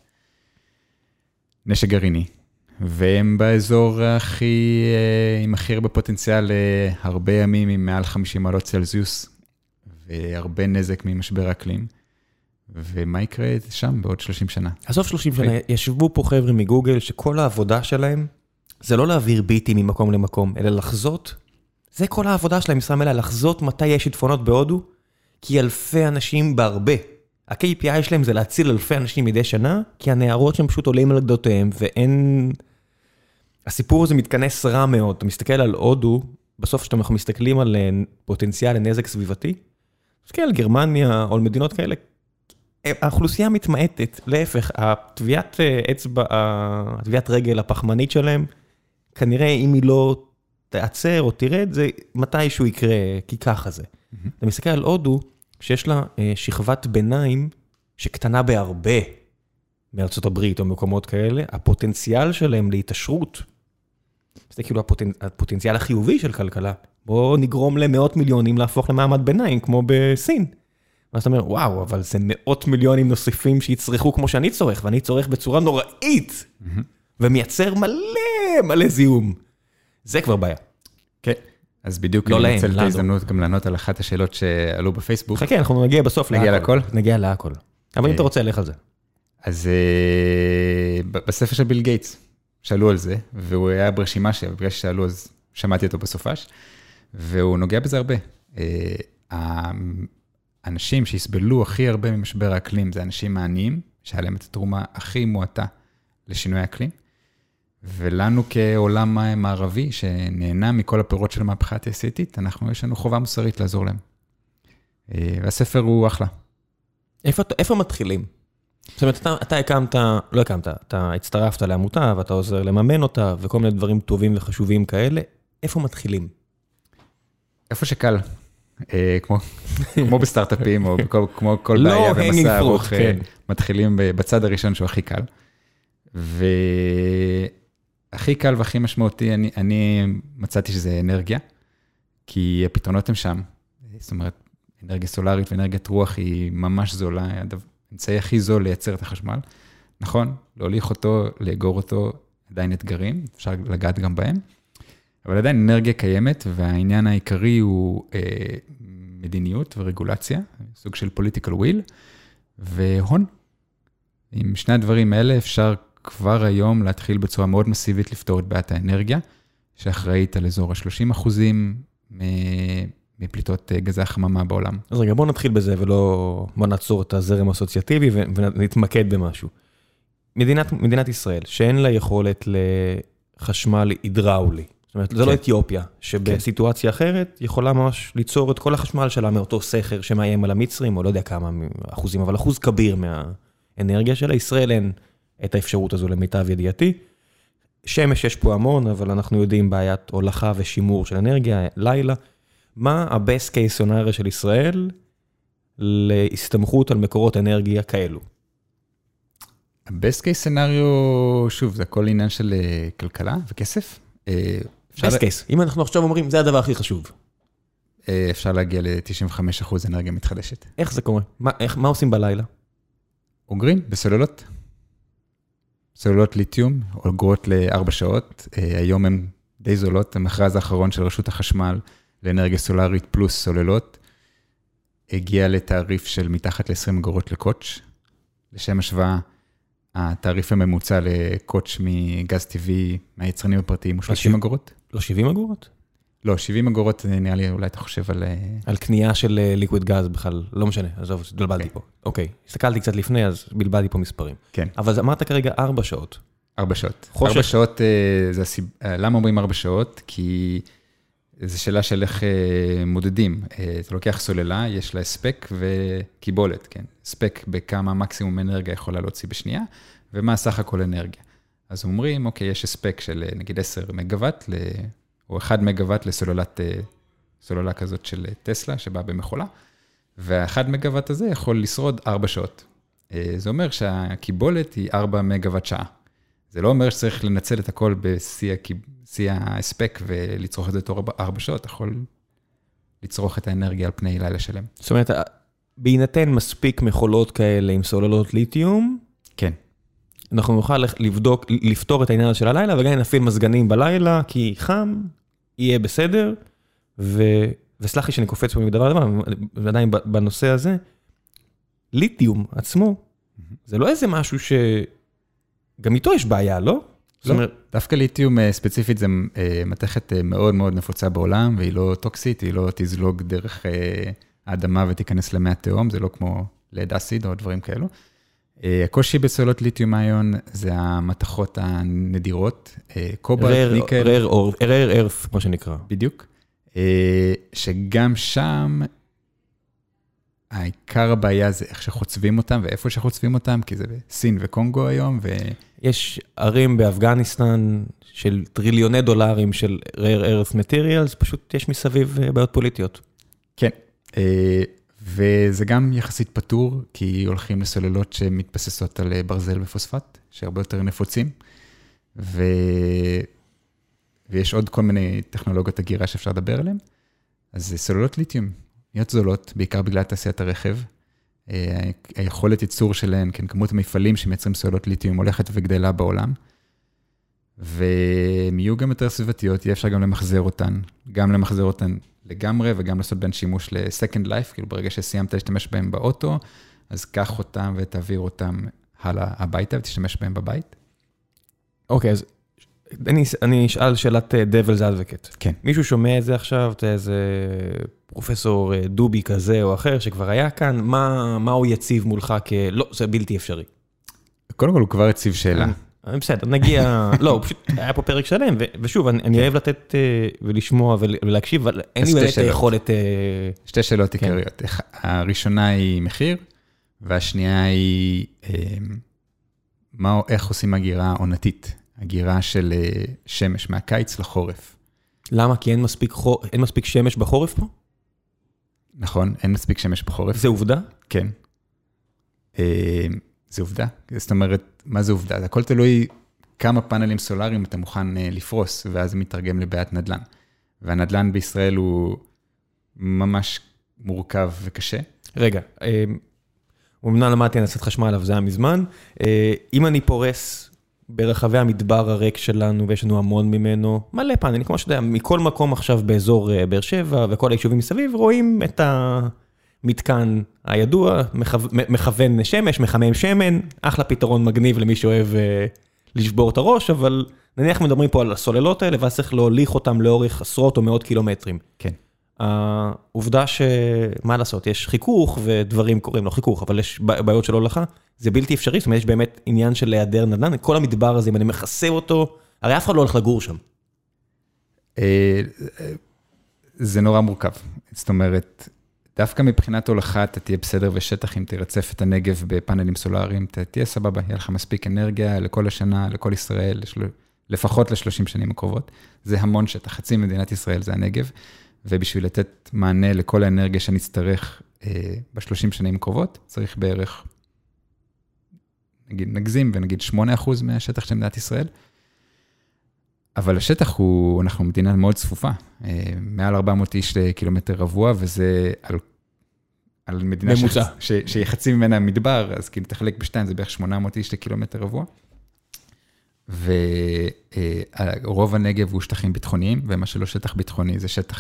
נשק גרעיני, והם באזור הכי, עם הכי הרבה פוטנציאל, הרבה ימים עם מעל חמישים מעלות צלזיוס, והרבה נזק ממשבר האקלים. ומה יקרה שם בעוד שלושים שנה? עזוב שלושים שנה, ישבו פה חבר'ה מגוגל שכל העבודה שלהם, זה לא להעביר ביטים ממקום למקום, אלא לחזות, זה כל העבודה שלהם, משרה מלאה, לחזות מתי יש שיטפונות בהודו, כי אלפי אנשים בהרבה. ה-קיי פי איי שלהם זה להציל אלפי אנשים מדי שנה, כי הנערות שהם פשוט עולים על גדותיהם, ואין... הסיפור הזה מתכנס רע מאוד. אתה מסתכל על הודו, בסוף שאתם מסתכלים על פוטנציאל לנזק סביבתי, מסתכל על גרמניה או על מדינות כאלה, האוכלוסייה מתמעטת, להפך, התביעת אצבע, התביעת רגל הפחמנית שלהם, כנראה אם היא לא תעצר או תרד, זה מתישהו יקרה, כי ככה זה. Mm-hmm. אתה מסתכל על הודו, שיש לה שכבת ביניים שקטנה בהרבה מארצות הברית או מקומות כאלה, הפוטנציאל שלהם להתעשרות, זה כאילו הפוטנ... הפוטנציאל החיובי של כלכלה, בואו נגרום למאות מיליונים להפוך למעמד ביניים, כמו בסין. ואז אתה אומר, וואו, אבל זה מאות מיליונים נוספים שיצרכו כמו שאני צורך, ואני צורך בצורה נוראית, mm-hmm. ומייצר מלא מלא זיהום. זה כבר בעיה. כן. אז בדיוק לא אני רוצה את ההזדמנות גם לענות על אחת השאלות שעלו בפייסבוק. חכה, אנחנו נגיע בסוף להכל. נגיע להכל? נגיע להכל. אבל אם אתה רוצה, לך על זה. אז בספר של ביל גייטס, שאלו על זה, והוא היה ברשימה שבגלל ששאלו, אז שמעתי אותו בסופש, והוא נוגע בזה הרבה. האנשים שיסבלו הכי הרבה ממשבר האקלים, זה אנשים העניים, שהיה להם את התרומה הכי מועטה לשינוי האקלים, ולנו כעולם מערבי, שנהנה מכל הפירות של המהפכה התעשייתית, אנחנו, יש לנו חובה מוסרית לעזור להם. והספר הוא אחלה. איפה, איפה מתחילים? זאת אומרת, אתה, אתה הקמת, לא הקמת, אתה הצטרפת לעמותה, ואתה עוזר לממן אותה, וכל מיני דברים טובים וחשובים כאלה. איפה מתחילים? איפה שקל. כמו, כמו בסטארט-אפים, או כמו כל בעיה ומסע ארוך, מתחילים בצד הראשון שהוא הכי קל. והכי קל והכי משמעותי, אני, אני מצאתי שזה אנרגיה, כי הפתרונות הם שם. זאת אומרת, אנרגיה סולארית ואנרגיית רוח היא ממש זולה, האמצעי הכי זול לייצר את החשמל. נכון, להוליך אותו, לאגור אותו, עדיין אתגרים, אפשר לגעת גם בהם. אבל עדיין אנרגיה קיימת, והעניין העיקרי הוא אה, מדיניות ורגולציה, סוג של political will, והון. עם שני הדברים האלה אפשר כבר היום להתחיל בצורה מאוד מסיבית לפתור את בעיית האנרגיה, שאחראית על אזור ה-שלושים אחוזים מפליטות גזי החממה בעולם. אז רגע, בוא נתחיל בזה ולא, בוא נעצור את הזרם האסוציאטיבי ונתמקד במשהו. מדינת, מדינת ישראל, שאין לה יכולת לחשמל הידראולי, זאת אומרת, זה לא אתיופיה, שבסיטואציה אחרת יכולה ממש ליצור את כל החשמל שלה מאותו סכר שמאיים על המצרים, או לא יודע כמה אחוזים, אבל אחוז כביר מהאנרגיה שלה. ישראל אין את האפשרות הזו למיטב ידיעתי. שמש יש פה המון, אבל אנחנו יודעים בעיית הולכה ושימור של אנרגיה, לילה. מה ה-best case scenario של ישראל להסתמכות על מקורות אנרגיה כאלו? ה-best case scenario, שוב, זה הכל עניין של כלכלה וכסף. best case, אם אנחנו עכשיו אומרים, זה הדבר הכי חשוב. אפשר להגיע ל-תשעים וחמישה אחוז אנרגיה מתחדשת. איך זה קורה? מה, איך, מה עושים בלילה? אוגרים בסוללות. סוללות ליתיום, אוגרות לארבע שעות. היום הן די זולות. המכרז האחרון של רשות החשמל לאנרגיה סולארית פלוס סוללות, הגיע לתעריף של מתחת ל-עשרים אגורות לקוטש. לשם השוואה, התעריף הממוצע לקוטש מגז טבעי מהיצרנים הפרטיים הוא שלושים אגורות. לא שבעים אגורות? לא, שבעים אגורות נראה לי, אולי אתה חושב על... על קנייה של ליקוויד גז בכלל, לא משנה, עזוב, בלבלתי פה. אוקיי, הסתכלתי קצת לפני, אז בלבלתי פה מספרים. כן. אבל אמרת כרגע ארבע שעות. ארבע שעות. ארבע שעות, למה אומרים ארבע שעות? כי זו שאלה של איך מודדים. אתה לוקח סוללה, יש לה ספק וקיבולת, כן. ספק בכמה מקסימום אנרגיה יכולה להוציא בשנייה, ומה סך הכל אנרגיה. אז אומרים, אוקיי, יש ספק של נגיד עשרה מגוואט, או אחד מגוואט לסוללת, סוללה כזאת של טסלה, שבאה במחולה, והאחד מגוואט הזה יכול לשרוד ארבע שעות. זה אומר שהקיבולת היא ארבע מגוואט שעה. זה לא אומר שצריך לנצל את הכל בשיא ההספק ולצרוך את זה תור ארבע שעות, אתה יכול לצרוך את האנרגיה על פני לילה שלם. זאת אומרת, בהינתן מספיק מכולות כאלה עם סוללות ליתיום, כן. אנחנו נוכל לבדוק, לפתור את העניין של הלילה, וגם נפעיל מזגנים בלילה, כי חם, יהיה בסדר, ו... וסלח לי שאני קופץ פה מדבר דבר, ועדיין בנושא הזה, ליתיום עצמו, זה לא איזה משהו ש... גם איתו יש בעיה, לא? לא, דווקא ליתיום ספציפית זה מתכת מאוד מאוד נפוצה בעולם, והיא לא טוקסית, היא לא תזלוג דרך האדמה ותיכנס למי התהום, זה לא כמו ליד אסיד או דברים כאלו. הקושי בסוללות ליתיום איון זה המתכות הנדירות, קובלט, ניקל. rare earth, כמו שנקרא. בדיוק. שגם שם, העיקר הבעיה זה איך שחוצבים אותם, ואיפה שחוצבים אותם, כי זה בסין וקונגו היום. ו... יש ערים באפגניסטן של טריליוני דולרים של rare earth materials, פשוט יש מסביב בעיות פוליטיות. כן. וזה גם יחסית פתור, כי הולכים לסוללות שמתבססות על ברזל ופוספט, שהרבה יותר נפוצים, ו... ויש עוד כל מיני טכנולוגיות הגירה שאפשר לדבר עליהן. אז סוללות ליתיום, נהיות זולות, בעיקר בגלל תעשיית הרכב. היכולת ייצור שלהן, כן, כמות המפעלים שמייצרים סוללות ליתיום הולכת וגדלה בעולם, והם יהיו גם יותר סביבתיות, יהיה אפשר גם למחזר אותן, גם למחזר אותן לגמרי, וגם לעשות בין שימוש ל-second life, כאילו ברגע שסיימת להשתמש בהם באוטו, אז קח אותם ותעביר אותם הלאה הביתה, ותשתמש בהם בבית. אוקיי, אז אני, אני אשאל שאלת devil's advocate. כן. מישהו שומע את זה עכשיו, אתה איזה פרופסור דובי כזה או אחר, שכבר היה כאן, מה, מה הוא יציב מולך כלא, זה בלתי אפשרי. קודם כל הוא כבר יציב שאלה. בסדר, נגיע, לא, הוא פשוט היה פה פרק שלם, ושוב, אני אוהב לתת ולשמוע ולהקשיב, אבל אין לי באמת יכולת... שתי שאלות עיקריות. הראשונה היא מחיר, והשנייה היא איך עושים הגירה עונתית, הגירה של שמש מהקיץ לחורף. למה? כי אין מספיק, אין מספיק שמש בחורף פה? נכון, אין מספיק שמש בחורף. זה עובדה? כן. זה עובדה. זאת אומרת, מה זה עובדה? זה הכל תלוי כמה פאנלים סולאריים אתה מוכן לפרוס, ואז מתרגם לבעיית נדל"ן. והנדל"ן בישראל הוא ממש מורכב וקשה. רגע, אמנם למדתי הנדסת חשמל, אבל זה היה מזמן. אם אני פורס ברחבי המדבר הריק שלנו, ויש לנו המון ממנו, מלא פאנלים, כמו שאתה יודע, מכל מקום עכשיו באזור באר שבע, וכל היישובים מסביב, רואים את המתקן הידוע, מכוון שמש, מחמם שמן, אחלה פתרון מגניב למי שאוהב לשבור את הראש, אבל נניח מדברים פה על הסוללות האלה, ואז צריך להוליך אותם לאורך עשרות או מאות קילומטרים. כן. העובדה שמה לעשות, יש חיכוך ודברים קורים, לא חיכוך, אבל יש בעיות של הולכה, זה בלתי אפשרי, זאת אומרת, יש באמת עניין של להיעדר נדל"ן, כל המדבר הזה, אם אני מחסה אותו, הרי אף אחד לא הולך לגור שם. זה נורא מורכב, זאת אומרת, דווקא מבחינת הולכה, אתה תהיה בסדר ושטח, אם תרצף את הנגב בפאנלים סולאריים, אתה תהיה סבבה, יהיה לך מספיק אנרגיה לכל השנה, לכל ישראל, לפחות ל-שלושים שנים הקרובות. זה המון שטח, חצי מדינת ישראל זה הנגב, ובשביל לתת מענה לכל האנרגיה שנצטרך ב-שלושים שנים הקרובות, צריך בערך, נגיד, נגזים ונגיד שמונה אחוז מהשטח של מדינת ישראל, אבל השטח הוא, אנחנו מדינה מאוד צפופה, מעל ארבע מאות איש לקילומטר רבוע, וזה על, על מדינה ממוצע. ש, שהיא חצי ממנה מדבר, אז כאילו תחלק בשתיים, זה בערך שמונה מאות איש לקילומטר רבוע, ורוב הנגב הוא שטחים ביטחוניים, ומה שלא שטח ביטחוני, זה שטח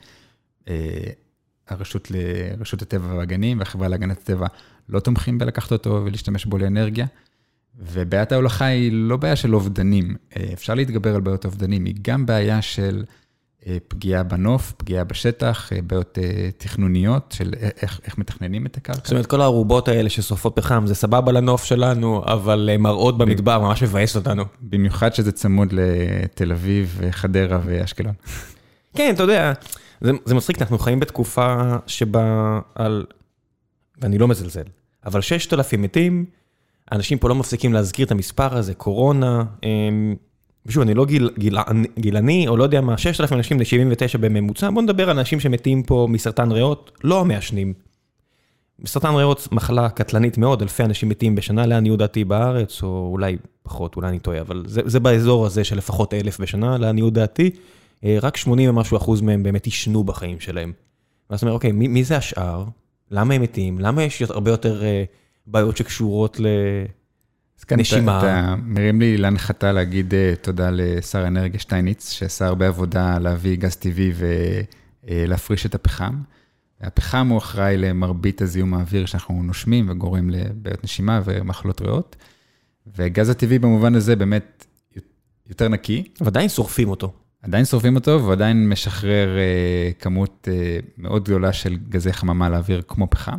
שהרשות לרשות הטבע והגנים, והחברה להגנת הטבע לא תומכים בלקחת אותו ולהשתמש בו לאנרגיה, ובעיית ההולכה היא לא בעיה של אובדנים, אפשר להתגבר על בעיות אובדנים, היא גם בעיה של פגיעה בנוף, פגיעה בשטח, בעיות תכנוניות של איך, איך מתכננים את הקרקע. זאת אומרת, כל הערובות האלה ששורפות פחם, זה סבבה לנוף שלנו, אבל מראות במדבר ממש מבאס אותנו. במיוחד שזה צמוד לתל אביב, חדרה ואשקלון. כן, אתה יודע, זה, זה מצחיק, אנחנו חיים בתקופה שבה על, ואני לא מזלזל, אבל ששת אלפים מתים, אנשים פה לא מפסיקים להזכיר את המספר הזה, קורונה, ושוב, אני לא גיל, גיל, גילני, או לא יודע מה, ששת אלפים אנשים ל-שבעים ותשע בממוצע, בואו נדבר על אנשים שמתים פה מסרטן ריאות, לא המעשנים. מסרטן ריאות מחלה קטלנית מאוד, אלפי אנשים מתים בשנה, לעניות דעתי בארץ, או אולי פחות, אולי אני טועה, אבל זה, זה באזור הזה של לפחות אלף בשנה, לעניות דעתי, רק שמונים ומשהו אחוז מהם באמת ישנו בחיים שלהם. ואז אומר, אוקיי, מי, מי זה השאר? למה הם מתים? למה יש הרבה יותר בעיות שקשורות לנשימה? אתה מרים לי להנחתה להגיד תודה לשר האנרגיה שטייניץ, שעשה הרבה עבודה להביא גז טבעי ולהפריש את הפחם. הפחם הוא אחראי למרבית הזיהום האוויר שאנחנו נושמים וגורם לבעיות נשימה ומחלות ריאות. וגז הטבעי במובן הזה באמת יותר נקי. ועדיין שורפים אותו. עדיין שורפים אותו, ועדיין משחרר כמות מאוד גדולה של גזי חממה לאוויר כמו פחם.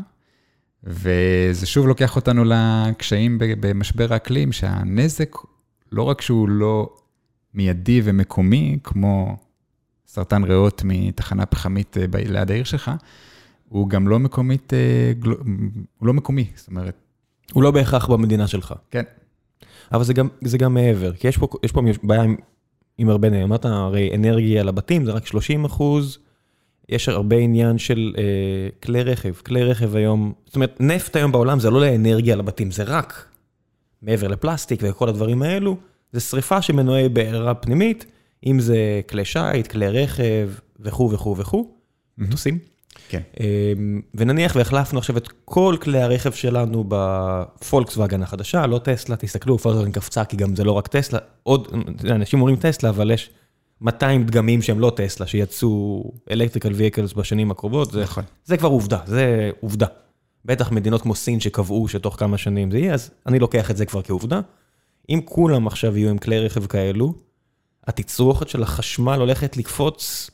וזה שוב לוקח אותנו לקשיים במשבר האקלים, שהנזק לא רק שהוא לא מיידי ומקומי, כמו סרטן ריאות מתחנה פחמית ליד העיר שלך, הוא גם לא מקומית, הוא לא מקומי, זאת אומרת. הוא לא בהכרח במדינה שלך. כן. אבל זה גם, זה גם מעבר, כי יש פה, יש פה בעיה עם, עם הרבה נעים. אמרת, הרי אנרגיה לבתים זה רק שלושים אחוז, יש הרבה עניין של אה, כלי רכב. כלי רכב היום, זאת אומרת, נפט היום בעולם זה לא לאנרגיה לבתים, זה רק מעבר לפלסטיק וכל הדברים האלו, זה שריפה שמנועי בעירה פנימית, אם זה כלי שייט, כלי רכב וכו' וכו' וכו', מטוסים. כן. ונניח והחלפנו עכשיו את כל כלי הרכב שלנו בפולקסווגן החדשה, לא טסלה, תסתכלו, פולקסווגן קפצה, כי גם זה לא רק טסלה, עוד, אנשים אומרים טסלה, אבל יש מאתיים דגמים שהם לא טסלה, שיצאו electrical vehicles בשנים הקרובות, זה, נכון. זה כבר עובדה, זה עובדה. בטח מדינות כמו סין שקבעו שתוך כמה שנים זה יהיה, אז אני לוקח את זה כבר כעובדה. אם כולם עכשיו יהיו עם כלי רכב כאלו, התצרוכת של החשמל הולכת לקפוץ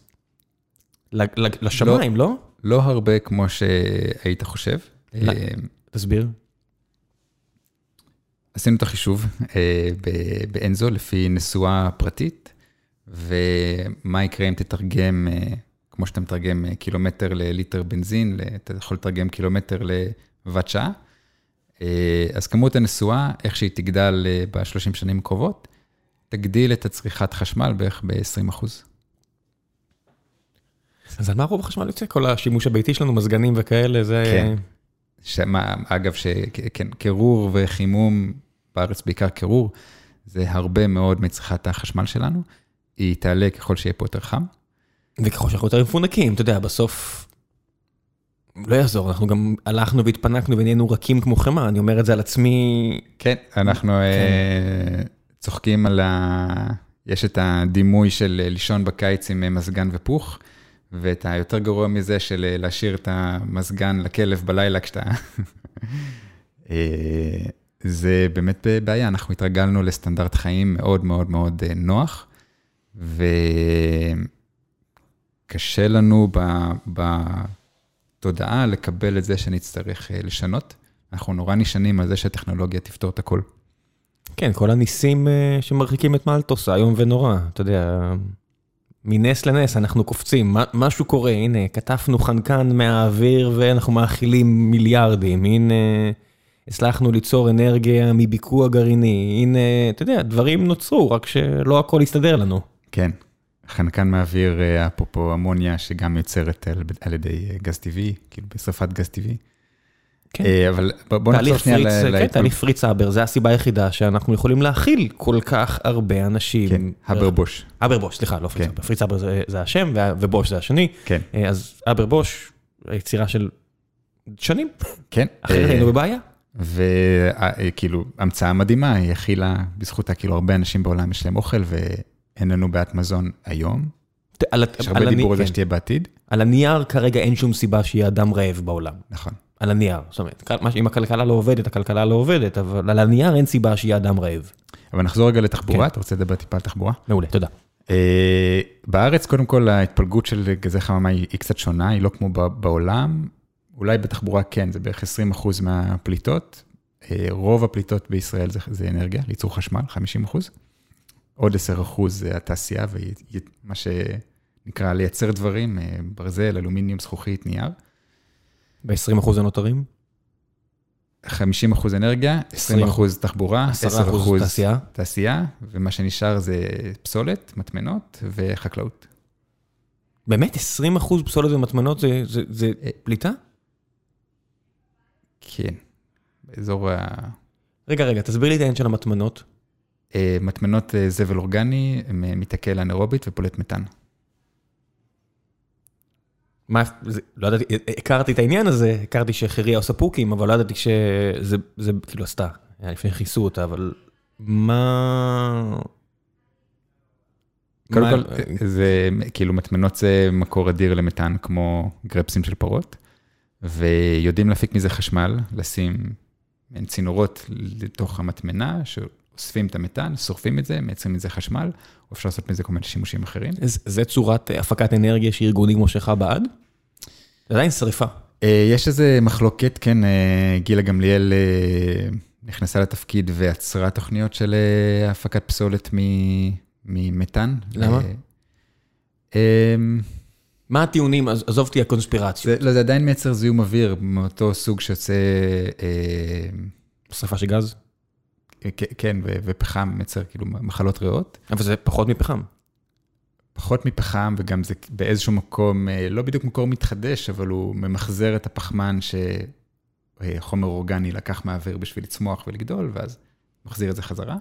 לשמיים, לא? לא הרבה כמו שהיית חושב. תסביר. עשינו את החישוב באנזו לפי נסועה פרטית, ומה יקרה אם תתרגם, כמו שאתה מתרגם קילומטר לליטר בנזין, אתה יכול לתרגם קילומטר לוואט שעה, אז כמות הנסועה, איך שהיא תגדל ב-שלושים שנים הקרובות, תגדיל את הצריכת חשמל בערך ב-עשרים אחוז. אז על מה רוב החשמל יוצא? כל השימוש הביתי שלנו, מזגנים וכאלה, זה... כן. שמה, אגב, שכן, קירור וחימום, בארץ בעיקר קירור, זה הרבה מאוד מצריכת החשמל שלנו, היא תעלה ככל שיהיה פה יותר חם. וככל שאנחנו יותר מפונקים, אתה יודע, בסוף לא יעזור, אנחנו גם הלכנו והתפנקנו ונהיינו רכים כמו חמה, אני אומר את זה על עצמי. כן, אנחנו כן. צוחקים על ה... יש את הדימוי של לישון בקיץ עם מזגן ופוך, ואת היותר גרוע מזה של להשאיר את המזגן לכלב בלילה כשאתה... זה באמת בעיה, אנחנו התרגלנו לסטנדרט חיים מאוד מאוד מאוד נוח, וכמה קשה לנו בתודעה לקבל את זה שנצטרך לשנות. אנחנו נורא נשענים על זה שהטכנולוגיה תפתור את הכל. כן, כל הניסים שמרחיקים את מלטוס, היום ונורא, אתה יודע, מנס לנס אנחנו קופצים, משהו קורה, הנה, כתפנו חנקן מהאוויר ואנחנו מאכילים מיליארדים, הנה, הצלחנו ליצור אנרגיה מביקוע גרעיני, הנה, אתה יודע, דברים נוצרו, רק שלא הכל יסתדר לנו. כן, חנקן מהאוויר, אפרופו אמוניה, שגם יוצרת על, על ידי גז טבעי, כאילו בשרפת גז טבעי. כן. אבל בוא נחזור שנייה ל... כן, תהליך פריץ הבר, זה הסיבה היחידה שאנחנו יכולים להכיל כל כך הרבה אנשים. כן, הבר בוש. הבר בוש, סליחה, לא פריץ הבר. פריץ הבר זה השם, ובוש זה השני. כן. אז הבר בוש, היצירה של שנים. כן. אחרת היינו בבעיה. וכאילו, המצאה מדהימה, היא הכילה בזכותה, כאילו הרבה אנשים בעולם יש להם אוכל, ואין לנו בעיית מזון היום. יש הרבה דיבור על זה שתהיה בעתיד. על הנייר כרגע אין שום סיבה שיהיה אדם רעב בעולם. נכון. על הנייר, זאת אומרת, אם הכלכלה לא עובדת, הכלכלה לא עובדת, אבל על הנייר אין סיבה שיהיה אדם רעב. אבל נחזור רגע לתחבורה, אתה רוצה לדבר טיפה על תחבורה? מעולה, תודה. בארץ, קודם כל, ההתפלגות של גזי חממה היא קצת שונה, היא לא כמו בעולם, אולי בתחבורה כן, זה בערך עשרים אחוז מהפליטות, רוב הפליטות בישראל זה אנרגיה, ליצור חשמל, חמישים אחוז, עוד עשרה אחוז זה התעשייה, ומה שנקרא לייצר דברים, ברזל, אלומיניום, זכוכית, נייר, ב-עשרים אחוז הנותרים? חמישים אחוז אנרגיה, עשרים אחוז תחבורה, עשרה אחוז תעשייה. תעשייה, ומה שנשאר זה פסולת, מטמנות וחקלאות. באמת? עשרים אחוז פסולת ומטמנות זה, זה, זה פליטה? כן, באזור ה... רגע, רגע, תסביר לי את העניין של המטמנות. מטמנות זבל אורגני, מתעכל אנאירובית ופולט מתאן. מה, לא ידעתי, הכרתי את העניין הזה, הכרתי שחירייה עושה פוקים, אבל לא ידעתי שזה, זה כאילו עשתה, לפני חיסו אותה, אבל מה... קודם כל, זה כאילו מטמנות זה מקור אדיר למתאן, כמו גרפסים של פרות, ויודעים להפיק מזה חשמל, לשים צינורות לתוך המטמנה, שאוספים את המתאן, שורפים את זה, מייצרים מזה חשמל, או אפשר לעשות מזה כל מיני שימושים אחרים. זה צורת הפקת אנרגיה שארגונים כמו שלך בעד? זה עדיין שריפה. יש איזה מחלוקת, כן, גילה גמליאל נכנסה לתפקיד ועצרה תוכניות של הפקת פסולת ממתאן. למה? מה הטיעונים? עזוב אותי הקונספירציות. לא, זה עדיין מייצר זיהום אוויר, מאותו סוג שיוצא... שריפה של גז? כן, ופחם מייצר כאילו מחלות ריאות. אבל זה פחות מפחם. פחות מפחם, וגם זה באיזשהו מקום, לא בדיוק מקור מתחדש, אבל הוא ממחזר את הפחמן שחומר אורגני לקח מהאוויר בשביל לצמוח ולגדול, ואז מחזיר את זה חזרה.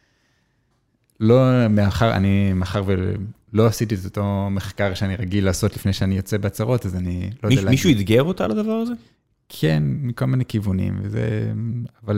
לא, מאחר, אני, מאחר ולא עשיתי את אותו מחקר שאני רגיל לעשות לפני שאני יוצא בהצהרות, אז אני לא יודע להגיד. מישהו יתגר אותה על הדבר הזה? כן, מכל מיני כיוונים, וזה, אבל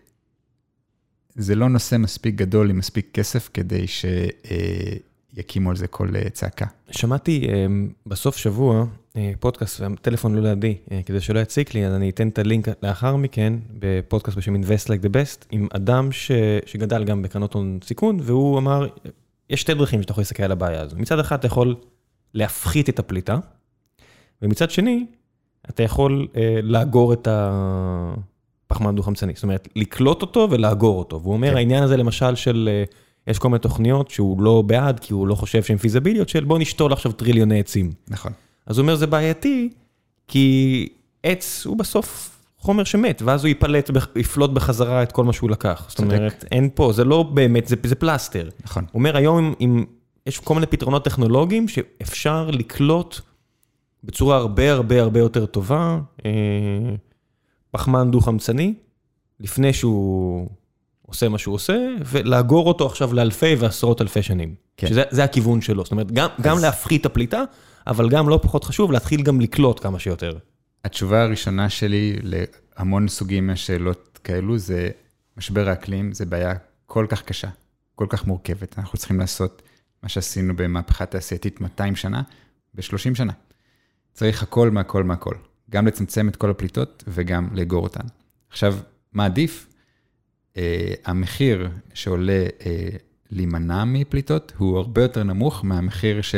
זה לא נושא מספיק גדול עם מספיק כסף, כדי שיקימו על זה כל צעקה. שמעתי בסוף שבוע פודקאסט, והטלפון לא לידי, כדי שלא יציק לי, אז אני אתן את הלינק לאחר מכן, בפודקאסט בשם Invest Like the Best, עם אדם ש... שגדל גם בקרנות הון סיכון, והוא אמר, יש שתי דרכים שאתה יכול להסתכל על הבעיה הזו. מצד אחד אתה יכול להפחית את הפליטה, ומצד שני, אתה יכול אה, לאגור את הפחמן דו-חמצני, זאת אומרת, לקלוט אותו ולאגור אותו. והוא אומר, כן. העניין הזה למשל של, אה, יש כל מיני תוכניות שהוא לא בעד, כי הוא לא חושב שהן פיזביליות, של בוא נשתול עכשיו טריליוני עצים. נכון. אז הוא אומר, זה בעייתי, כי עץ הוא בסוף חומר שמת, ואז הוא יפלט, יפלוט בחזרה את כל מה שהוא לקח. זאת אומרת, אין פה, זה לא באמת, זה, זה פלסטר. נכון. הוא אומר, היום אם, יש כל מיני פתרונות טכנולוגיים שאפשר לקלוט בצורה הרבה הרבה הרבה יותר טובה, אה, פחמן דו-חמצני, לפני שהוא עושה מה שהוא עושה, ולאגור אותו עכשיו לאלפי ועשרות אלפי שנים. כן. שזה זה הכיוון שלו. זאת אומרת, גם, אז... גם להפחית את הפליטה, אבל גם לא פחות חשוב, להתחיל גם לקלוט כמה שיותר. התשובה הראשונה שלי להמון סוגים מהשאלות כאלו, זה משבר האקלים, זה בעיה כל כך קשה, כל כך מורכבת. אנחנו צריכים לעשות מה שעשינו במהפכה תעשייתית מאתיים שנה, ב-שלושים שנה. צריך הכל מהכל מהכל. גם לצמצם את כל הפליטות וגם לאגור אותן. עכשיו, מה עדיף? אה, המחיר שעולה אה, להימנע מפליטות הוא הרבה יותר נמוך מהמחיר של